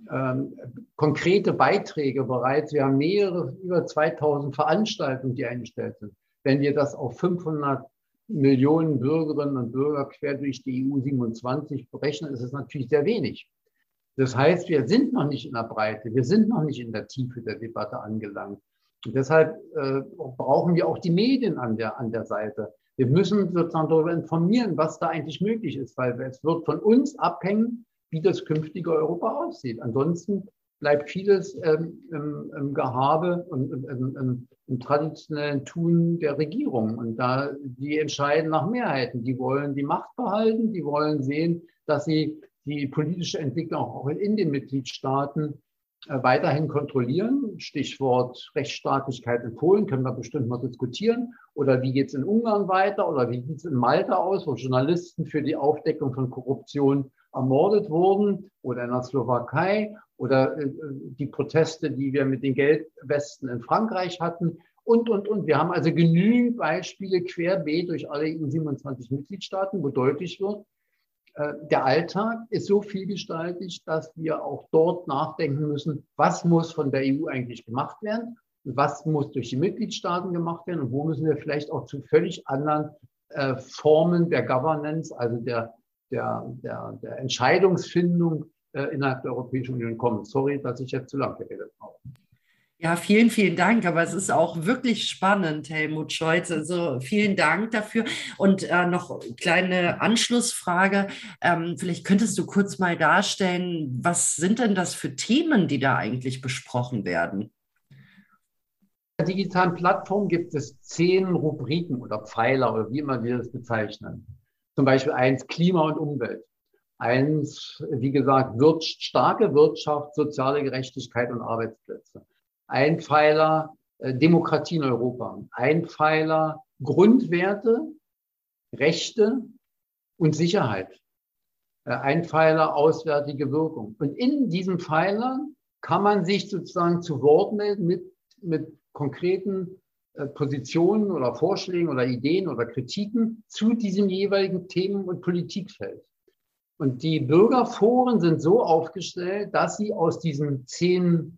konkrete Beiträge bereits. Wir haben über 2.000 Veranstaltungen, die eingestellt sind. Wenn wir das auf 500 Millionen Bürgerinnen und Bürger quer durch die EU 27 berechnen, ist es natürlich sehr wenig. Das heißt, wir sind noch nicht in der Breite, wir sind noch nicht in der Tiefe der Debatte angelangt. Und deshalb brauchen wir auch die Medien an der Seite. Wir müssen sozusagen darüber informieren, was da eigentlich möglich ist, weil es wird von uns abhängen, wie das künftige Europa aussieht. Ansonsten bleibt vieles im Gehabe und im traditionellen Tun der Regierung. Und die entscheiden nach Mehrheiten. Die wollen die Macht behalten, die wollen sehen, dass sie die politische Entwicklung auch in den Mitgliedstaaten weiterhin kontrollieren. Stichwort Rechtsstaatlichkeit in Polen können wir bestimmt mal diskutieren. Oder wie geht es in Ungarn weiter? Oder wie sieht es in Malta aus, wo Journalisten für die Aufdeckung von Korruption ermordet wurden? Oder in der Slowakei? Oder die Proteste, die wir mit den Geldwesten in Frankreich hatten. Und. Wir haben also genügend Beispiele querbeet durch alle EU 27 Mitgliedstaaten, wo deutlich wird, der Alltag ist so vielgestaltig, dass wir auch dort nachdenken müssen, was muss von der EU eigentlich gemacht werden und was muss durch die Mitgliedstaaten gemacht werden und wo müssen wir vielleicht auch zu völlig anderen Formen der Governance, also der Entscheidungsfindung innerhalb der Europäischen Union kommen. Sorry, dass ich jetzt zu lange geredet habe. Ja, vielen, vielen Dank. Aber es ist auch wirklich spannend, Helmut Scholz. Also vielen Dank dafür. Und noch eine kleine Anschlussfrage. Vielleicht könntest du kurz mal darstellen, was sind denn das für Themen, die da eigentlich besprochen werden? In der digitalen Plattform gibt es 10 Rubriken oder Pfeiler oder wie immer wir das bezeichnen. Zum Beispiel 1 Klima und Umwelt. 1, wie gesagt, starke Wirtschaft, soziale Gerechtigkeit und Arbeitsplätze. 1 Pfeiler Demokratie in Europa. 1 Pfeiler Grundwerte, Rechte und Sicherheit. Ein Pfeiler auswärtige Wirkung. Und in diesen Pfeilern kann man sich sozusagen zu Wort melden mit konkreten Positionen oder Vorschlägen oder Ideen oder Kritiken zu diesem jeweiligen Themen- und Politikfeld. Und die Bürgerforen sind so aufgestellt, dass sie aus diesen 10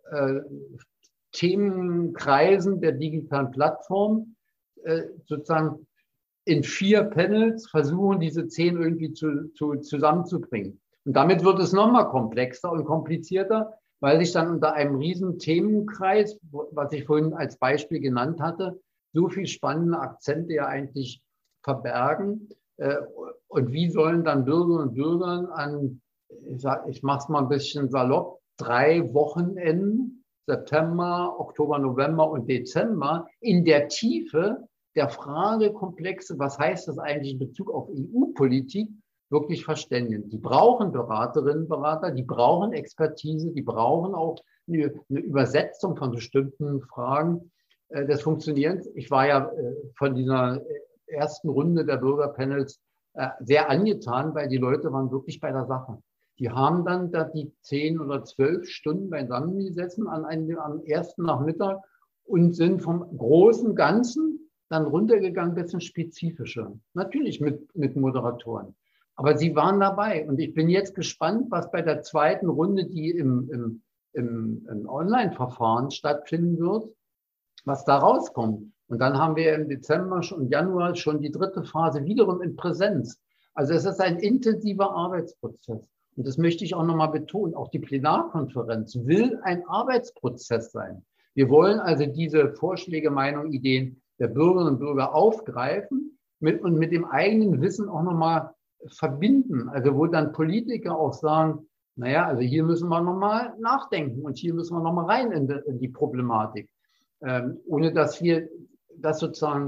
Themenkreisen der digitalen Plattform sozusagen in 4 Panels versuchen, diese 10 irgendwie zusammenzubringen. Und damit wird es nochmal komplexer und komplizierter, weil sich dann unter einem riesen Themenkreis, was ich vorhin als Beispiel genannt hatte, so viele spannende Akzente ja eigentlich verbergen. Und wie sollen dann Bürgerinnen und Bürger an, ich mache es mal ein bisschen salopp, 3 Wochenenden, September, Oktober, November und Dezember, in der Tiefe der Fragekomplexe, was heißt das eigentlich in Bezug auf EU-Politik, wirklich verständigen. Die brauchen Beraterinnen, Berater, die brauchen Expertise, die brauchen auch eine Übersetzung von bestimmten Fragen des Funktionierens. Ich war ja von dieser ersten Runde der Bürgerpanels sehr angetan, weil die Leute waren wirklich bei der Sache. Die haben dann da die 10 oder 12 Stunden beisammen gesessen am ersten Nachmittag und sind vom großen Ganzen dann runtergegangen, ein bisschen spezifischer. Natürlich mit Moderatoren. Aber sie waren dabei. Und ich bin jetzt gespannt, was bei der zweiten Runde, die im Online-Verfahren stattfinden wird, was da rauskommt. Und dann haben wir im Dezember und Januar schon die 3. Phase wiederum in Präsenz. Also es ist ein intensiver Arbeitsprozess. Und das möchte ich auch nochmal betonen. Auch die Plenarkonferenz will ein Arbeitsprozess sein. Wir wollen also diese Vorschläge, Meinungen, Ideen der Bürgerinnen und Bürger aufgreifen und mit dem eigenen Wissen auch nochmal verbinden. Also wo dann Politiker auch sagen, naja, also hier müssen wir nochmal nachdenken und hier müssen wir nochmal rein in die Problematik, ohne dass wir das sozusagen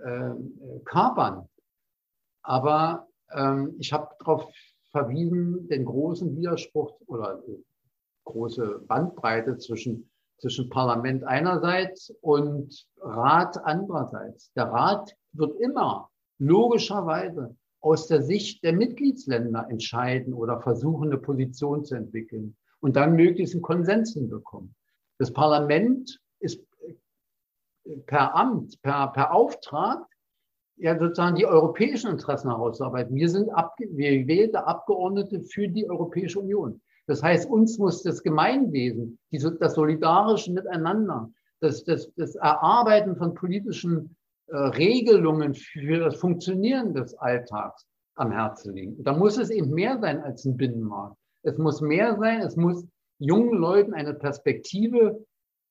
kapern. Aber ich habe darauf verwiesen, den großen Widerspruch oder große Bandbreite zwischen Parlament einerseits und Rat andererseits. Der Rat wird immer logischerweise aus der Sicht der Mitgliedsländer entscheiden oder versuchen, eine Position zu entwickeln und dann möglichst einen Konsens hinbekommen. Das Parlament ist per Amt, per Auftrag, ja sozusagen die europäischen Interessen herauszuarbeiten. Wir sind gewählte Abgeordnete für die Europäische Union. Das heißt, uns muss das Gemeinwesen, das solidarische Miteinander, das Erarbeiten von politischen Regelungen für das Funktionieren des Alltags am Herzen liegen. Da muss es eben mehr sein als ein Binnenmarkt. Es muss mehr sein, es muss jungen Leuten eine Perspektive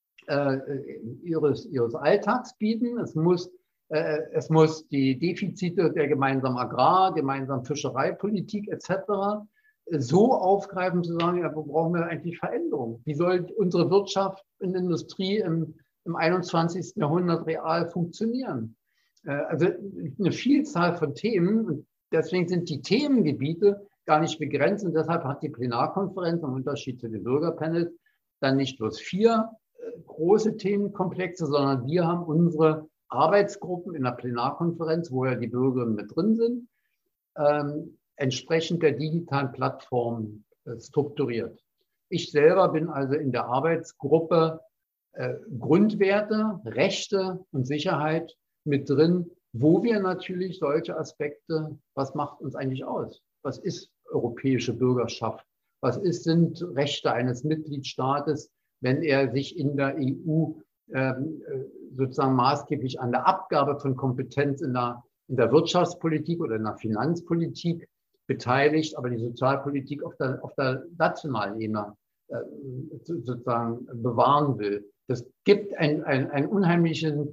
ihres Alltags bieten. Es muss die Defizite der gemeinsamen gemeinsamen Fischereipolitik etc. so aufgreifen, zu sagen, ja, wo brauchen wir eigentlich Veränderung? Wie soll unsere Wirtschaft und Industrie im 21. Jahrhundert real funktionieren? Also eine Vielzahl von Themen und deswegen sind die Themengebiete gar nicht begrenzt und deshalb hat die Plenarkonferenz im Unterschied zu den Bürgerpanels dann nicht bloß 4 große Themenkomplexe, sondern wir haben unsere Arbeitsgruppen in der Plenarkonferenz, wo ja die Bürgerinnen mit drin sind, entsprechend der digitalen Plattform strukturiert. Ich selber bin also in der Arbeitsgruppe Grundwerte, Rechte und Sicherheit mit drin, wo wir natürlich solche Aspekte, was macht uns eigentlich aus? Was ist europäische Bürgerschaft? Was sind Rechte eines Mitgliedstaates, wenn er sich in der EU sozusagen maßgeblich an der Abgabe von Kompetenz in der Wirtschaftspolitik oder in der Finanzpolitik beteiligt, aber die Sozialpolitik auf der nationalen Ebene sozusagen bewahren will. Das gibt einen unheimlichen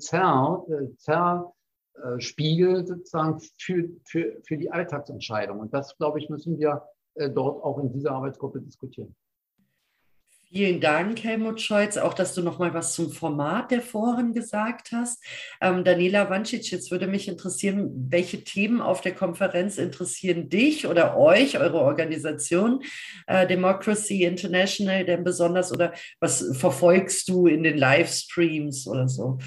Zerrspiegel sozusagen für die Alltagsentscheidung. Und das, glaube ich, müssen wir dort auch in dieser Arbeitsgruppe diskutieren. Vielen Dank, Helmut Scholz, auch dass du noch mal was zum Format der Foren gesagt hast. Daniela Wancic, jetzt würde mich interessieren, welche Themen auf der Konferenz interessieren dich oder euch, eure Organisation, Democracy International, denn besonders, oder was verfolgst du in den Livestreams oder so?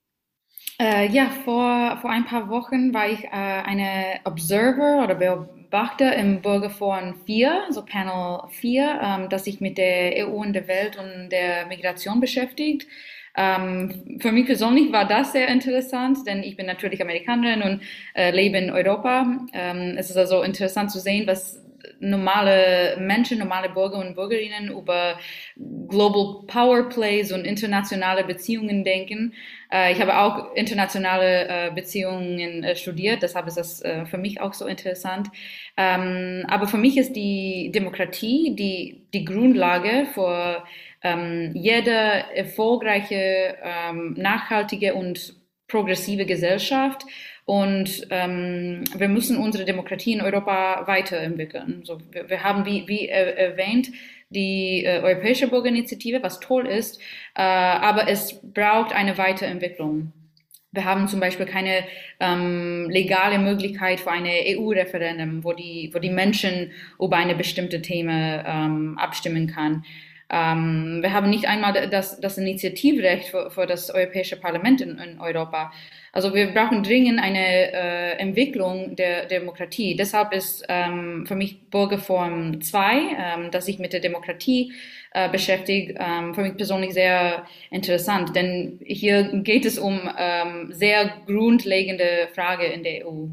Ja, vor ein paar Wochen war ich eine Observer oder beobachte im Bürgerforum 4, so Panel 4, das sich mit der EU und der Welt und der Migration beschäftigt. Für mich persönlich war das sehr interessant, denn ich bin natürlich Amerikanerin und lebe in Europa. Es ist also interessant zu sehen, was normale Menschen, normale Bürger und Bürgerinnen über Global Power Plays und internationale Beziehungen denken. Ich habe auch internationale Beziehungen studiert, deshalb ist das für mich auch so interessant. Aber für mich ist die Demokratie die Grundlage für jede erfolgreiche, nachhaltige und progressive Gesellschaft. Und wir müssen unsere Demokratie in Europa weiterentwickeln. So, wir haben, wie erwähnt, die Europäische Bürgerinitiative, was toll ist, aber es braucht eine Weiterentwicklung. Wir haben zum Beispiel keine legale Möglichkeit für eine EU-Referendum, wo die Menschen über eine bestimmte Thema abstimmen kann. Wir haben nicht einmal das Initiativrecht für das Europäische Parlament in Europa. Also wir brauchen dringend eine Entwicklung der Demokratie. Deshalb ist für mich Bürgerforum 2, das sich mit der Demokratie beschäftigt, für mich persönlich sehr interessant. Denn hier geht es um sehr grundlegende Fragen in der EU.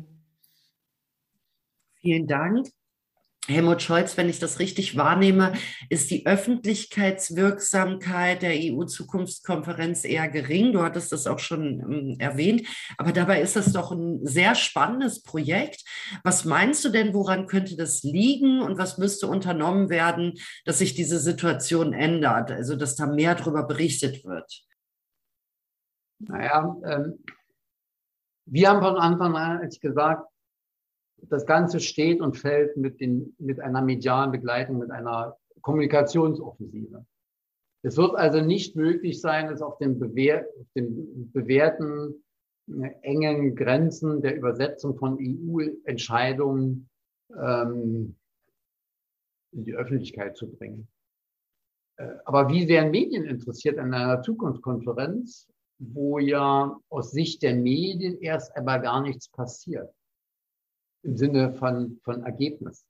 Vielen Dank. Helmut Scholz, wenn ich das richtig wahrnehme, ist die Öffentlichkeitswirksamkeit der EU-Zukunftskonferenz eher gering. Du hattest das auch schon erwähnt, aber dabei ist das doch ein sehr spannendes Projekt. Was meinst du denn, woran könnte das liegen und was müsste unternommen werden, dass sich diese Situation ändert, also dass da mehr darüber berichtet wird? Naja, wir haben von Anfang an gesagt, das Ganze steht und fällt mit einer medialen Begleitung, mit einer Kommunikationsoffensive. Es wird also nicht möglich sein, es auf den bewährten engen Grenzen der Übersetzung von EU-Entscheidungen in die Öffentlichkeit zu bringen. Aber wie wären Medien interessiert an einer Zukunftskonferenz, wo ja aus Sicht der Medien erst einmal gar nichts passiert? Im Sinne von Ergebnis.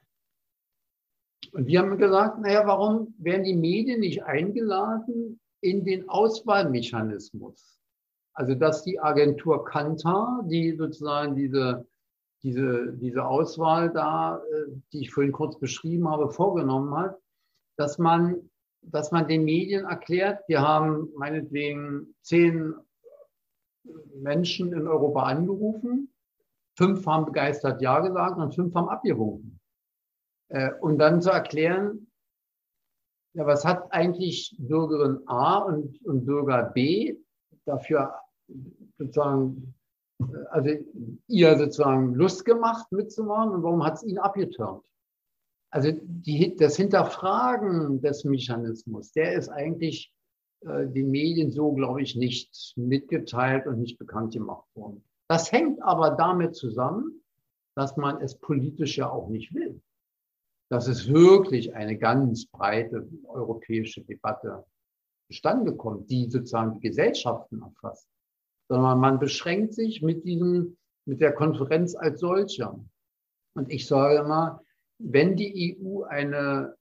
Und wir haben gesagt, naja, warum werden die Medien nicht eingeladen in den Auswahlmechanismus? Also, dass die Agentur Kantar, die sozusagen diese Auswahl da, die ich vorhin kurz beschrieben habe, vorgenommen hat, dass man den Medien erklärt, wir haben meinetwegen 10 Menschen in Europa angerufen, 5 haben begeistert Ja gesagt und 5 haben abgewunken. Und dann zu erklären, ja, was hat eigentlich Bürgerin A und Bürger B dafür sozusagen, also ihr sozusagen Lust gemacht mitzumachen und warum hat es ihnen abgetürmt? Also das Hinterfragen des Mechanismus, der ist eigentlich den Medien so, glaube ich, nicht mitgeteilt und nicht bekannt gemacht worden. Das hängt aber damit zusammen, dass man es politisch ja auch nicht will. Dass es wirklich eine ganz breite europäische Debatte zustande kommt, die sozusagen die Gesellschaften erfasst. Sondern man beschränkt sich mit der Konferenz als solcher. Und ich sage immer, wenn die EU eine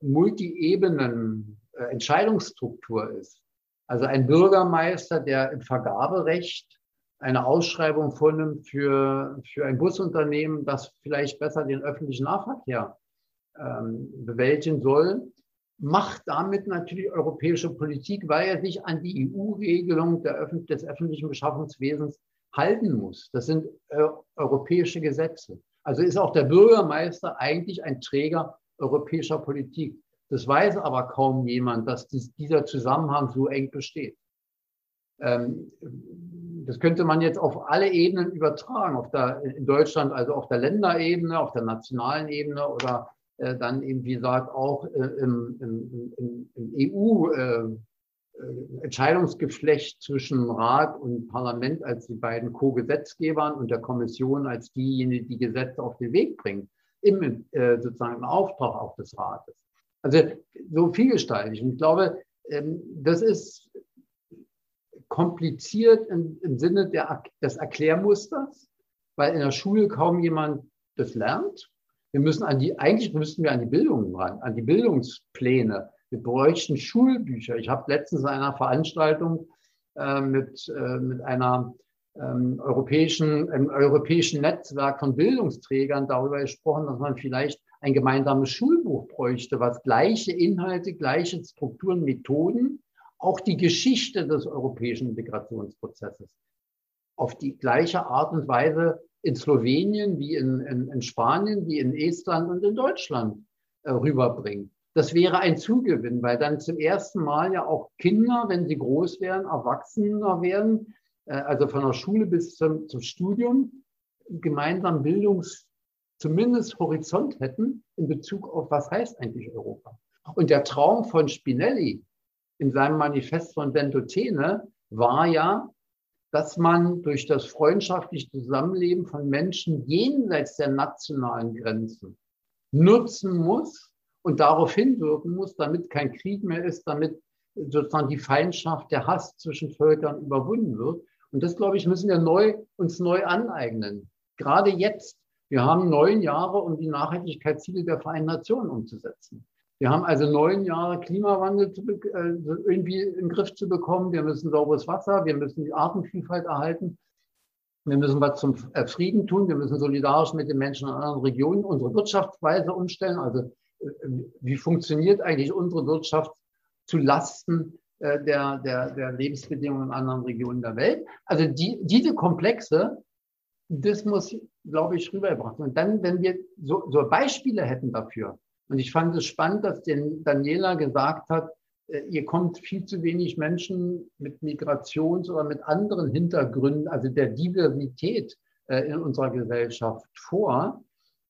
Multi-Ebenen-Entscheidungsstruktur ist, also ein Bürgermeister, der im Vergaberecht eine Ausschreibung vornimmt für ein Busunternehmen, das vielleicht besser den öffentlichen Nahverkehr bewältigen soll, macht damit natürlich europäische Politik, weil er sich an die EU-Regelung des öffentlichen Beschaffungswesens halten muss. Das sind europäische Gesetze. Also ist auch der Bürgermeister eigentlich ein Träger europäischer Politik. Das weiß aber kaum jemand, dass dieser Zusammenhang so eng besteht. Das könnte man jetzt auf alle Ebenen übertragen, in Deutschland, also auf der Länderebene, auf der nationalen Ebene oder dann eben, wie gesagt, auch im EU-Entscheidungsgeflecht zwischen Rat und Parlament als die beiden Co-Gesetzgebern und der Kommission als diejenige, die Gesetze auf den Weg bringt, sozusagen im Auftrag auch des Rates. Also so vielgestaltig. Und ich glaube, das ist kompliziert im Sinne des Erklärmusters, weil in der Schule kaum jemand das lernt. Eigentlich müssten wir an die Bildung ran, an die Bildungspläne. Wir bräuchten Schulbücher. Ich habe letztens in einer Veranstaltung mit einem europäischen Netzwerk von Bildungsträgern darüber gesprochen, dass man vielleicht ein gemeinsames Schulbuch bräuchte, was gleiche Inhalte, gleiche Strukturen, Methoden, auch die Geschichte des europäischen Integrationsprozesses auf die gleiche Art und Weise in Slowenien wie in Spanien, wie in Estland und in Deutschland rüberbringen. Das wäre ein Zugewinn, weil dann zum ersten Mal ja auch Kinder, wenn sie groß werden, Erwachsener werden, also von der Schule bis zum Studium, gemeinsam zumindest Horizont hätten in Bezug auf, was heißt eigentlich Europa. Und der Traum von Spinelli in seinem Manifest von Ventotene war ja, dass man durch das freundschaftliche Zusammenleben von Menschen jenseits der nationalen Grenzen nutzen muss und darauf hinwirken muss, damit kein Krieg mehr ist, damit sozusagen die Feindschaft, der Hass zwischen Völkern überwunden wird. Und das, glaube ich, müssen wir uns neu aneignen. Gerade jetzt. Wir haben 9 Jahre, um die Nachhaltigkeitsziele der Vereinten Nationen umzusetzen. Wir haben also 9 Jahre Klimawandel irgendwie in den Griff zu bekommen. Wir müssen sauberes Wasser, wir müssen die Artenvielfalt erhalten. Wir müssen was zum Frieden tun. Wir müssen solidarisch mit den Menschen in anderen Regionen unsere Wirtschaftsweise umstellen. Also wie funktioniert eigentlich unsere Wirtschaft zu Lasten der Lebensbedingungen in anderen Regionen der Welt? Also diese Komplexe, das muss, glaube ich, rübergebracht werden. Und dann, wenn wir so Beispiele hätten dafür, und ich fand es spannend, dass Daniela gesagt hat, ihr kommt viel zu wenig Menschen mit Migrations- oder mit anderen Hintergründen, also der Diversität in unserer Gesellschaft vor,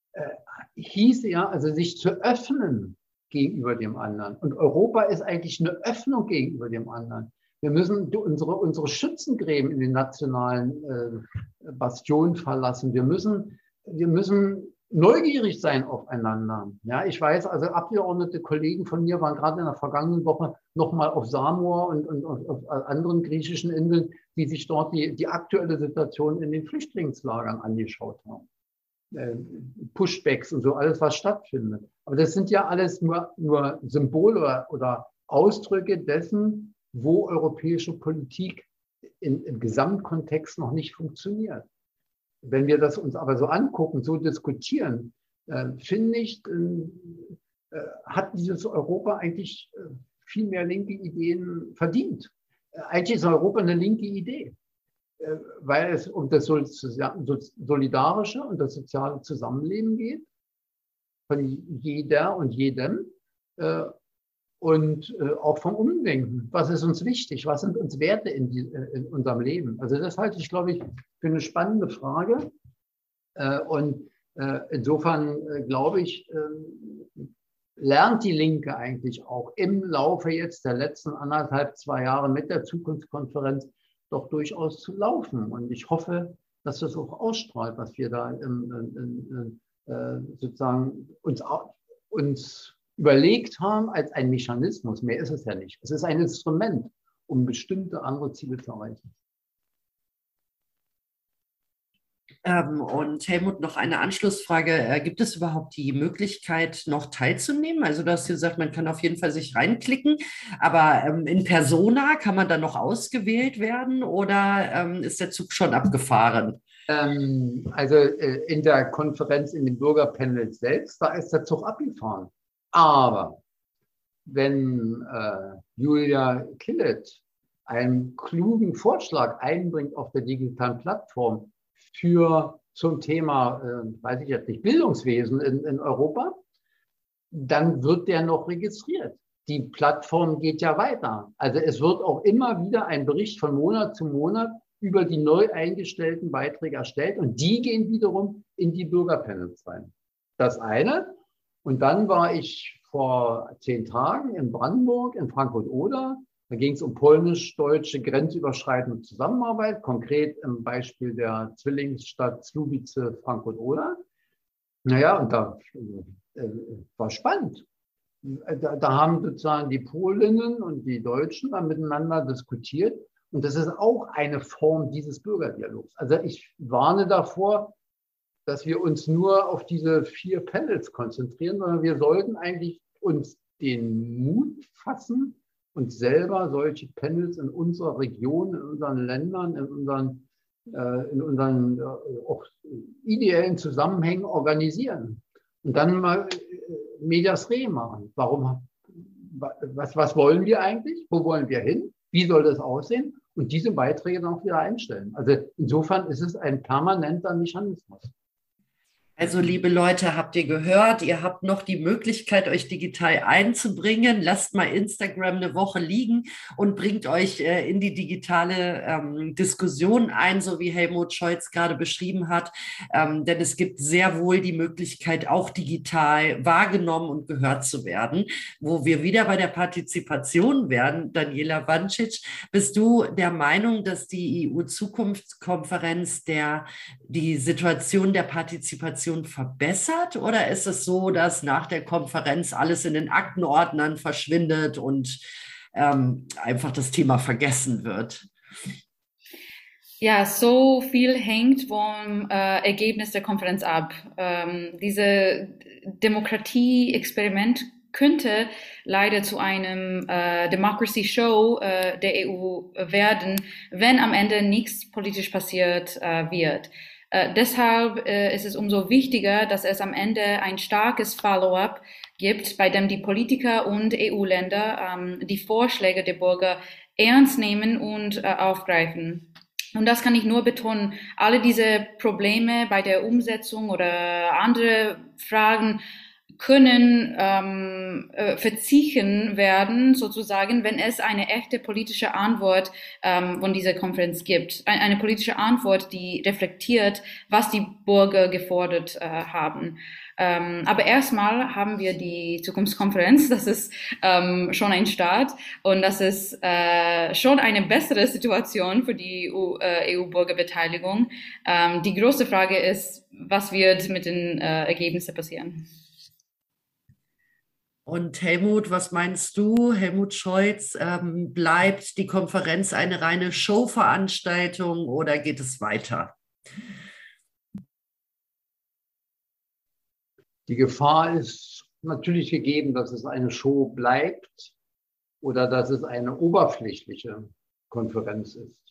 hieße ja, also sich zu öffnen gegenüber dem anderen. Und Europa ist eigentlich eine Öffnung gegenüber dem anderen. Wir müssen unsere Schützengräben in den nationalen Bastionen verlassen. Wir müssen neugierig sein aufeinander. Ja, ich weiß, also abgeordnete Kollegen von mir waren gerade in der vergangenen Woche nochmal auf Samoa und auf anderen griechischen Inseln, die sich dort die aktuelle Situation in den Flüchtlingslagern angeschaut haben. Pushbacks und so, alles, was stattfindet. Aber das sind ja alles nur Symbole oder Ausdrücke dessen, wo europäische Politik im Gesamtkontext noch nicht funktioniert. Wenn wir das uns aber so angucken, so diskutieren, finde ich, hat dieses Europa eigentlich viel mehr linke Ideen verdient. Eigentlich ist Europa eine linke Idee, weil es um das solidarische und das soziale Zusammenleben geht, von jeder und jedem, und auch vom Umdenken. Was ist uns wichtig? Was sind uns Werte in unserem Leben? Also das halte ich, glaube ich, für eine spannende Frage. Und insofern, glaube ich, lernt die Linke eigentlich auch im Laufe jetzt der letzten 1,5, 2 Jahre mit der Zukunftskonferenz doch durchaus zu laufen. Und ich hoffe, dass das auch ausstrahlt, was wir da sozusagen uns überlegt haben als ein Mechanismus. Mehr ist es ja nicht. Es ist ein Instrument, um bestimmte andere Ziele zu erreichen. Und Helmut, noch eine Anschlussfrage. Gibt es überhaupt die Möglichkeit, noch teilzunehmen? Also du hast gesagt, man kann auf jeden Fall sich reinklicken, aber in Persona kann man dann noch ausgewählt werden oder ist der Zug schon abgefahren? Also in der Konferenz, in dem Bürgerpanel selbst, da ist der Zug abgefahren. Aber wenn Julia Killet einen klugen Vorschlag einbringt auf der digitalen Plattform zum Thema, weiß ich jetzt nicht, Bildungswesen in Europa, dann wird der noch registriert. Die Plattform geht ja weiter. Also es wird auch immer wieder ein Bericht von Monat zu Monat über die neu eingestellten Beiträge erstellt und die gehen wiederum in die Bürgerpanels rein. Das eine. Und dann war ich vor 10 Tagen in Brandenburg, in Frankfurt-Oder. Da ging es um polnisch-deutsche grenzüberschreitende Zusammenarbeit, konkret im Beispiel der Zwillingsstadt Słubice, Frankfurt-Oder. Naja, und da war spannend. Da haben sozusagen die Polinnen und die Deutschen dann miteinander diskutiert. Und das ist auch eine Form dieses Bürgerdialogs. Also ich warne davor, dass wir uns nur auf diese 4 Panels konzentrieren, sondern wir sollten eigentlich uns den Mut fassen, uns selber solche Panels in unserer Region, in unseren Ländern, in unseren auch ideellen Zusammenhängen organisieren und dann mal Medias Res machen. Was wollen wir eigentlich? Wo wollen wir hin? Wie soll das aussehen? Und diese Beiträge dann auch wieder einstellen. Also insofern ist es ein permanenter Mechanismus. Also, liebe Leute, habt ihr gehört, ihr habt noch die Möglichkeit, euch digital einzubringen. Lasst mal Instagram eine Woche liegen und bringt euch in die digitale Diskussion ein, so wie Helmut Scholz gerade beschrieben hat. Denn es gibt sehr wohl die Möglichkeit, auch digital wahrgenommen und gehört zu werden. Wo wir wieder bei der Partizipation werden, Daniela Wancic, bist du der Meinung, dass die EU-Zukunftskonferenz die Situation der Partizipation verbessert, oder ist es so, dass nach der Konferenz alles in den Aktenordnern verschwindet und einfach das Thema vergessen wird? Ja, so viel hängt vom Ergebnis der Konferenz ab. Diese Demokratie-Experiment könnte leider zu einem Democracy Show der EU werden, wenn am Ende nichts politisch passiert wird. Deshalb ist es umso wichtiger, dass es am Ende ein starkes Follow-up gibt, bei dem die Politiker und EU-Länder die Vorschläge der Bürger ernst nehmen und aufgreifen. Und das kann ich nur betonen. Alle diese Probleme bei der Umsetzung oder andere Fragen können verziehen werden, sozusagen, wenn es eine echte politische Antwort von dieser Konferenz gibt. Eine politische Antwort, die reflektiert, was die Bürger gefordert haben. Aber erstmal haben wir die Zukunftskonferenz, das ist schon ein Start und das ist schon eine bessere Situation für die EU-Bürgerbeteiligung. Die große Frage ist, was wird mit den Ergebnissen passieren? Und Helmut, was meinst du? Helmut Scholz, bleibt die Konferenz eine reine Showveranstaltung oder geht es weiter? Die Gefahr ist natürlich gegeben, dass es eine Show bleibt oder dass es eine oberflächliche Konferenz ist.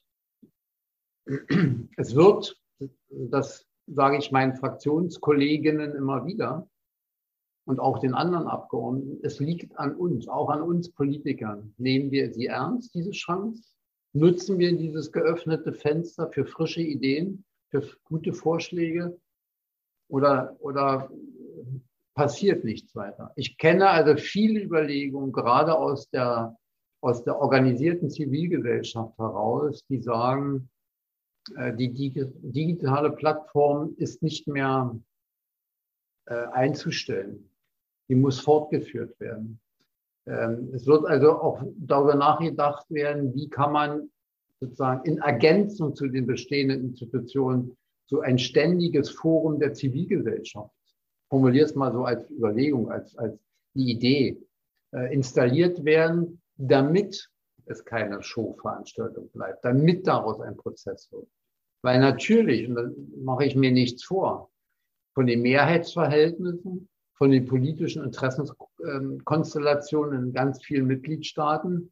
Es wird, das sage ich meinen Fraktionskolleginnen immer wieder, und auch den anderen Abgeordneten, es liegt an uns, auch an uns Politikern. Nehmen wir sie ernst, diese Chance? Nutzen wir dieses geöffnete Fenster für frische Ideen, für gute Vorschläge? Oder passiert nichts weiter? Ich kenne also viele Überlegungen, gerade aus der organisierten Zivilgesellschaft heraus, die sagen, die digitale Plattform ist nicht mehr einzustellen. Die muss fortgeführt werden. Es wird also auch darüber nachgedacht werden, wie kann man sozusagen in Ergänzung zu den bestehenden Institutionen so ein ständiges Forum der Zivilgesellschaft, formuliere es mal so als Überlegung, als die Idee, installiert werden, damit es keine Showveranstaltung bleibt, damit daraus ein Prozess wird. Weil natürlich, und da mache ich mir nichts vor, von den Mehrheitsverhältnissen, von den politischen Interessenskonstellationen in ganz vielen Mitgliedstaaten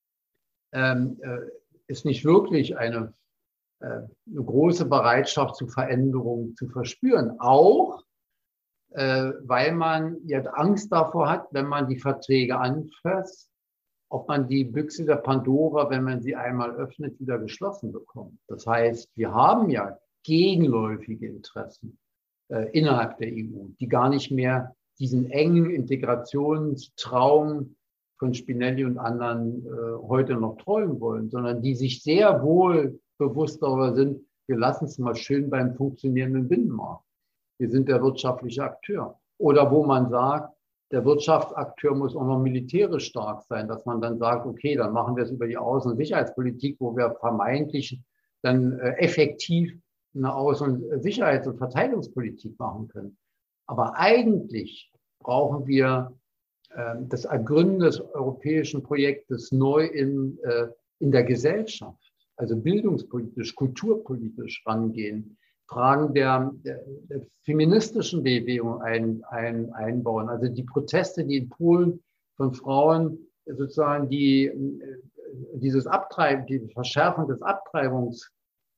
ist nicht wirklich eine große Bereitschaft zu Veränderungen zu verspüren. Auch weil man jetzt Angst davor hat, wenn man die Verträge anfasst, ob man die Büchse der Pandora, wenn man sie einmal öffnet, wieder geschlossen bekommt. Das heißt, wir haben ja gegenläufige Interessen innerhalb der EU, die gar nicht mehr diesen engen Integrationstraum von Spinelli und anderen heute noch träumen wollen, sondern die sich sehr wohl bewusst darüber sind, wir lassen es mal schön beim funktionierenden Binnenmarkt. Wir sind der wirtschaftliche Akteur. Oder wo man sagt, der Wirtschaftsakteur muss auch noch militärisch stark sein, dass man dann sagt, okay, dann machen wir es über die Außen- und Sicherheitspolitik, wo wir vermeintlich dann effektiv eine Außen- und Sicherheits- und Verteidigungspolitik machen können. Aber eigentlich brauchen wir das Ergründen des europäischen Projektes neu in der Gesellschaft, also bildungspolitisch, kulturpolitisch rangehen. Fragen der feministischen Bewegung einbauen. Also die Proteste, die in Polen von Frauen sozusagen die Verschärfung des Abtreibungsrechts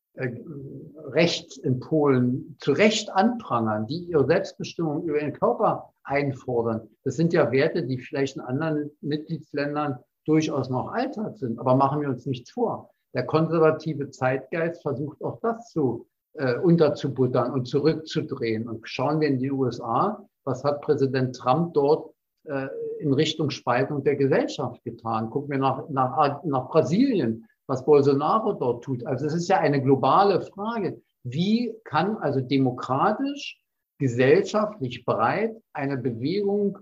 in Polen zu Recht anprangern, die ihre Selbstbestimmung über ihren Körper einfordern. Das sind ja Werte, die vielleicht in anderen Mitgliedsländern durchaus noch Alltag sind. Aber machen wir uns nichts vor. Der konservative Zeitgeist versucht auch das unterzubuttern und zurückzudrehen. Und schauen wir in die USA, was hat Präsident Trump dort in Richtung Spaltung der Gesellschaft getan? Gucken wir nach Brasilien, was Bolsonaro dort tut. Also es ist ja eine globale Frage. Wie kann also demokratisch, gesellschaftlich breit eine Bewegung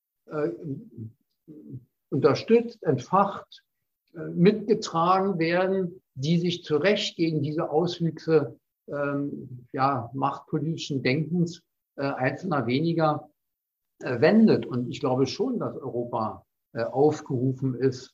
unterstützt, entfacht, mitgetragen werden, die sich zu Recht gegen diese Auswüchse machtpolitischen Denkens einzelner weniger wendet. Und ich glaube schon, dass Europa aufgerufen ist,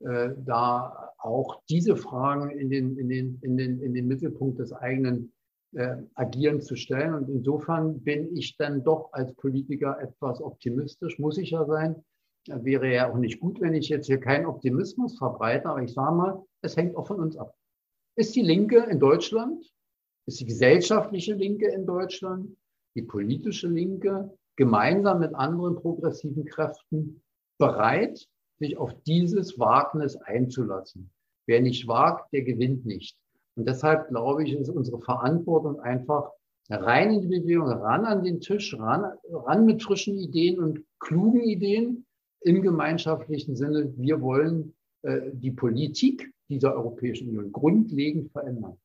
da auch diese Fragen in den Mittelpunkt des eigenen Agierens zu stellen. Und insofern bin ich dann doch als Politiker etwas optimistisch, muss ich ja sein. Wäre ja auch nicht gut, wenn ich jetzt hier keinen Optimismus verbreite, aber ich sage mal, es hängt auch von uns ab. Ist die Linke in Deutschland, ist die gesellschaftliche Linke in Deutschland, die politische Linke gemeinsam mit anderen progressiven Kräften bereit, sich auf dieses Wagnis einzulassen? Wer nicht wagt, der gewinnt nicht. Und deshalb glaube ich, ist unsere Verantwortung einfach rein in die Bewegung, ran an den Tisch, ran mit frischen Ideen und klugen Ideen im gemeinschaftlichen Sinne. Wir wollen die Politik dieser Europäischen Union grundlegend verändern.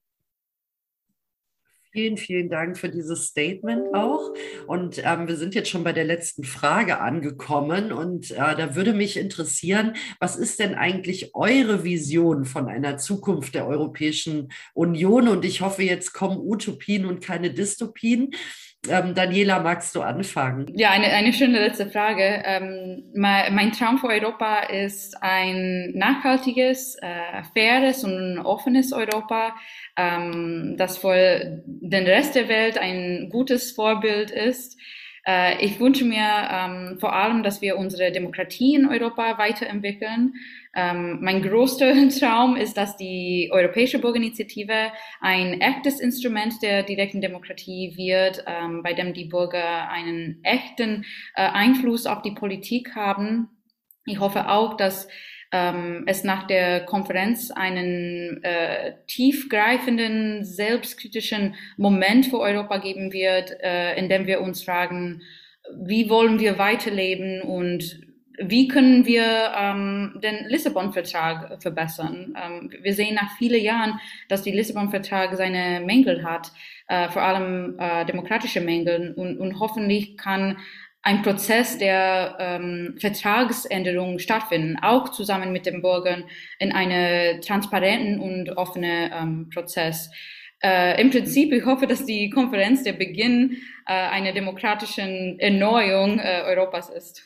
Vielen, vielen Dank für dieses Statement auch. Und wir sind jetzt schon bei der letzten Frage angekommen. Und da würde mich interessieren, was ist denn eigentlich eure Vision von einer Zukunft der Europäischen Union? Und ich hoffe, jetzt kommen Utopien und keine Dystopien. Daniela, magst du anfangen? Ja, eine schöne letzte Frage. Mein Traum für Europa ist ein nachhaltiges, faires und offenes Europa, das für den Rest der Welt ein gutes Vorbild ist. Ich wünsche mir vor allem, dass wir unsere Demokratie in Europa weiterentwickeln. Mein größter Traum ist, dass die Europäische Bürgerinitiative ein echtes Instrument der direkten Demokratie wird, bei dem die Bürger einen echten Einfluss auf die Politik haben. Ich hoffe auch, dass es nach der Konferenz einen tiefgreifenden, selbstkritischen Moment für Europa geben wird, in dem wir uns fragen, wie wollen wir weiterleben und wie können wir den Lissabon-Vertrag verbessern? Wir sehen nach vielen Jahren, dass die Lissabon-Vertrag seine Mängel hat, vor allem demokratische Mängel. Und hoffentlich kann ein Prozess der Vertragsänderung stattfinden, auch zusammen mit den Bürgern in einem transparenten und offenen Prozess. Im Prinzip, ich hoffe, dass die Konferenz der Beginn einer demokratischen Erneuerung Europas ist.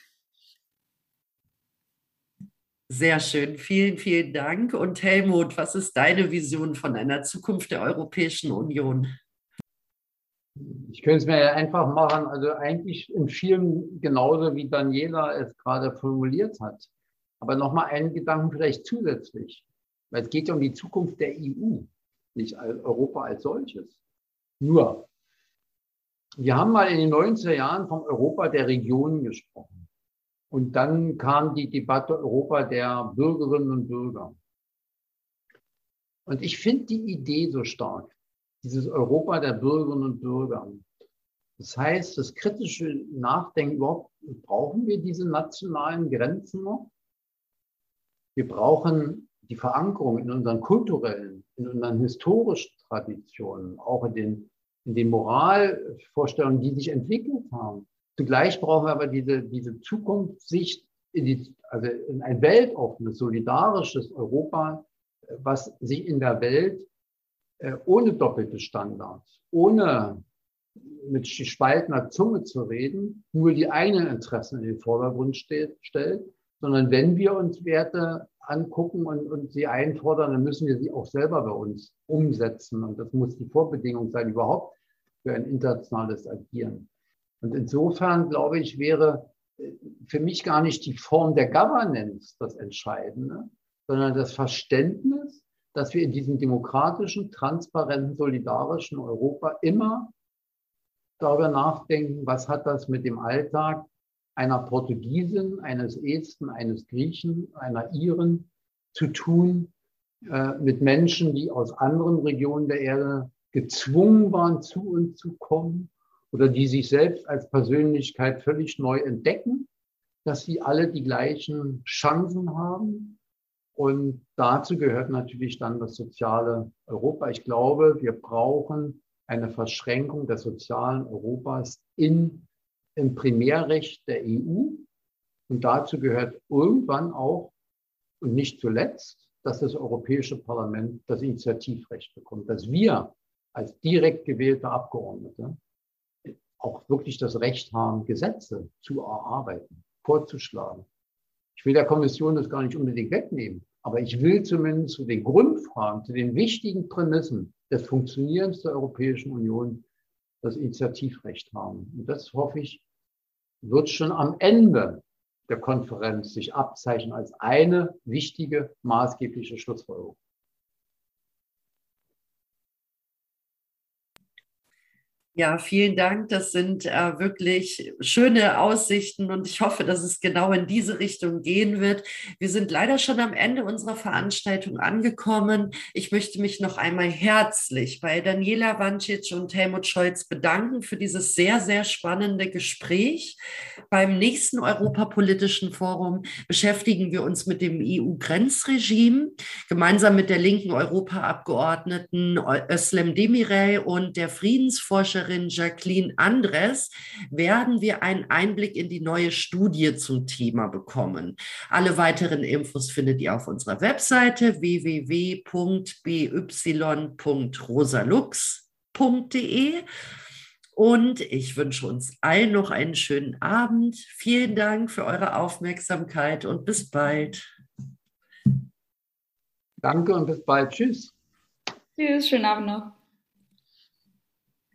Sehr schön, vielen, vielen Dank. Und Helmut, was ist deine Vision von einer Zukunft der Europäischen Union? Ich könnte es mir ja einfach machen, also eigentlich in vielen genauso wie Daniela es gerade formuliert hat. Aber nochmal einen Gedanken vielleicht zusätzlich, weil es geht ja um die Zukunft der EU, nicht Europa als solches. Nur, wir haben mal in den 90er Jahren vom Europa der Regionen gesprochen. Und dann kam die Debatte Europa der Bürgerinnen und Bürger. Und ich finde die Idee so stark, dieses Europa der Bürgerinnen und Bürger. Das heißt, das kritische Nachdenken überhaupt, brauchen wir diese nationalen Grenzen noch? Wir brauchen die Verankerung in unseren kulturellen, in unseren historischen Traditionen, auch in den Moralvorstellungen, die sich entwickelt haben. Zugleich brauchen wir aber diese Zukunftssicht in ein weltoffenes, solidarisches Europa, was sich in der Welt ohne doppelte Standards, ohne mit gespaltener Zunge zu reden, nur die eigenen Interessen in den Vordergrund stellt, sondern wenn wir uns Werte angucken und sie einfordern, dann müssen wir sie auch selber bei uns umsetzen. Und das muss die Vorbedingung sein, überhaupt für ein internationales Agieren. Und insofern, glaube ich, wäre für mich gar nicht die Form der Governance das Entscheidende, sondern das Verständnis, dass wir in diesem demokratischen, transparenten, solidarischen Europa immer darüber nachdenken, was hat das mit dem Alltag einer Portugiesin, eines Esten, eines Griechen, einer Iren zu tun, mit Menschen, die aus anderen Regionen der Erde gezwungen waren, zu uns zu kommen oder die sich selbst als Persönlichkeit völlig neu entdecken, dass sie alle die gleichen Chancen haben. Und dazu gehört natürlich dann das soziale Europa. Ich glaube, wir brauchen eine Verschränkung des sozialen Europas im Primärrecht der EU. Und dazu gehört irgendwann auch und nicht zuletzt, dass das Europäische Parlament das Initiativrecht bekommt, dass wir als direkt gewählte Abgeordnete auch wirklich das Recht haben, Gesetze zu erarbeiten, vorzuschlagen. Ich will der Kommission das gar nicht unbedingt wegnehmen, aber ich will zumindest zu den Grundfragen, zu den wichtigen Prämissen des Funktionierens der Europäischen Union das Initiativrecht haben. Und das, hoffe ich, wird schon am Ende der Konferenz sich abzeichnen als eine wichtige, maßgebliche Schlussfolgerung. Ja, vielen Dank. Das sind wirklich schöne Aussichten und ich hoffe, dass es genau in diese Richtung gehen wird. Wir sind leider schon am Ende unserer Veranstaltung angekommen. Ich möchte mich noch einmal herzlich bei Daniela Wancic und Helmut Scholz bedanken für dieses sehr, sehr spannende Gespräch. Beim nächsten Europapolitischen Forum beschäftigen wir uns mit dem EU-Grenzregime. Gemeinsam mit der linken Europaabgeordneten Özlem Demirel und der Friedensforscherin Jacqueline Andres werden wir einen Einblick in die neue Studie zum Thema bekommen. Alle weiteren Infos findet ihr auf unserer Webseite www.by.rosalux.de. Und ich wünsche uns allen noch einen schönen Abend. Vielen Dank für eure Aufmerksamkeit und bis bald. Danke und bis bald. Tschüss. Tschüss, schönen Abend noch.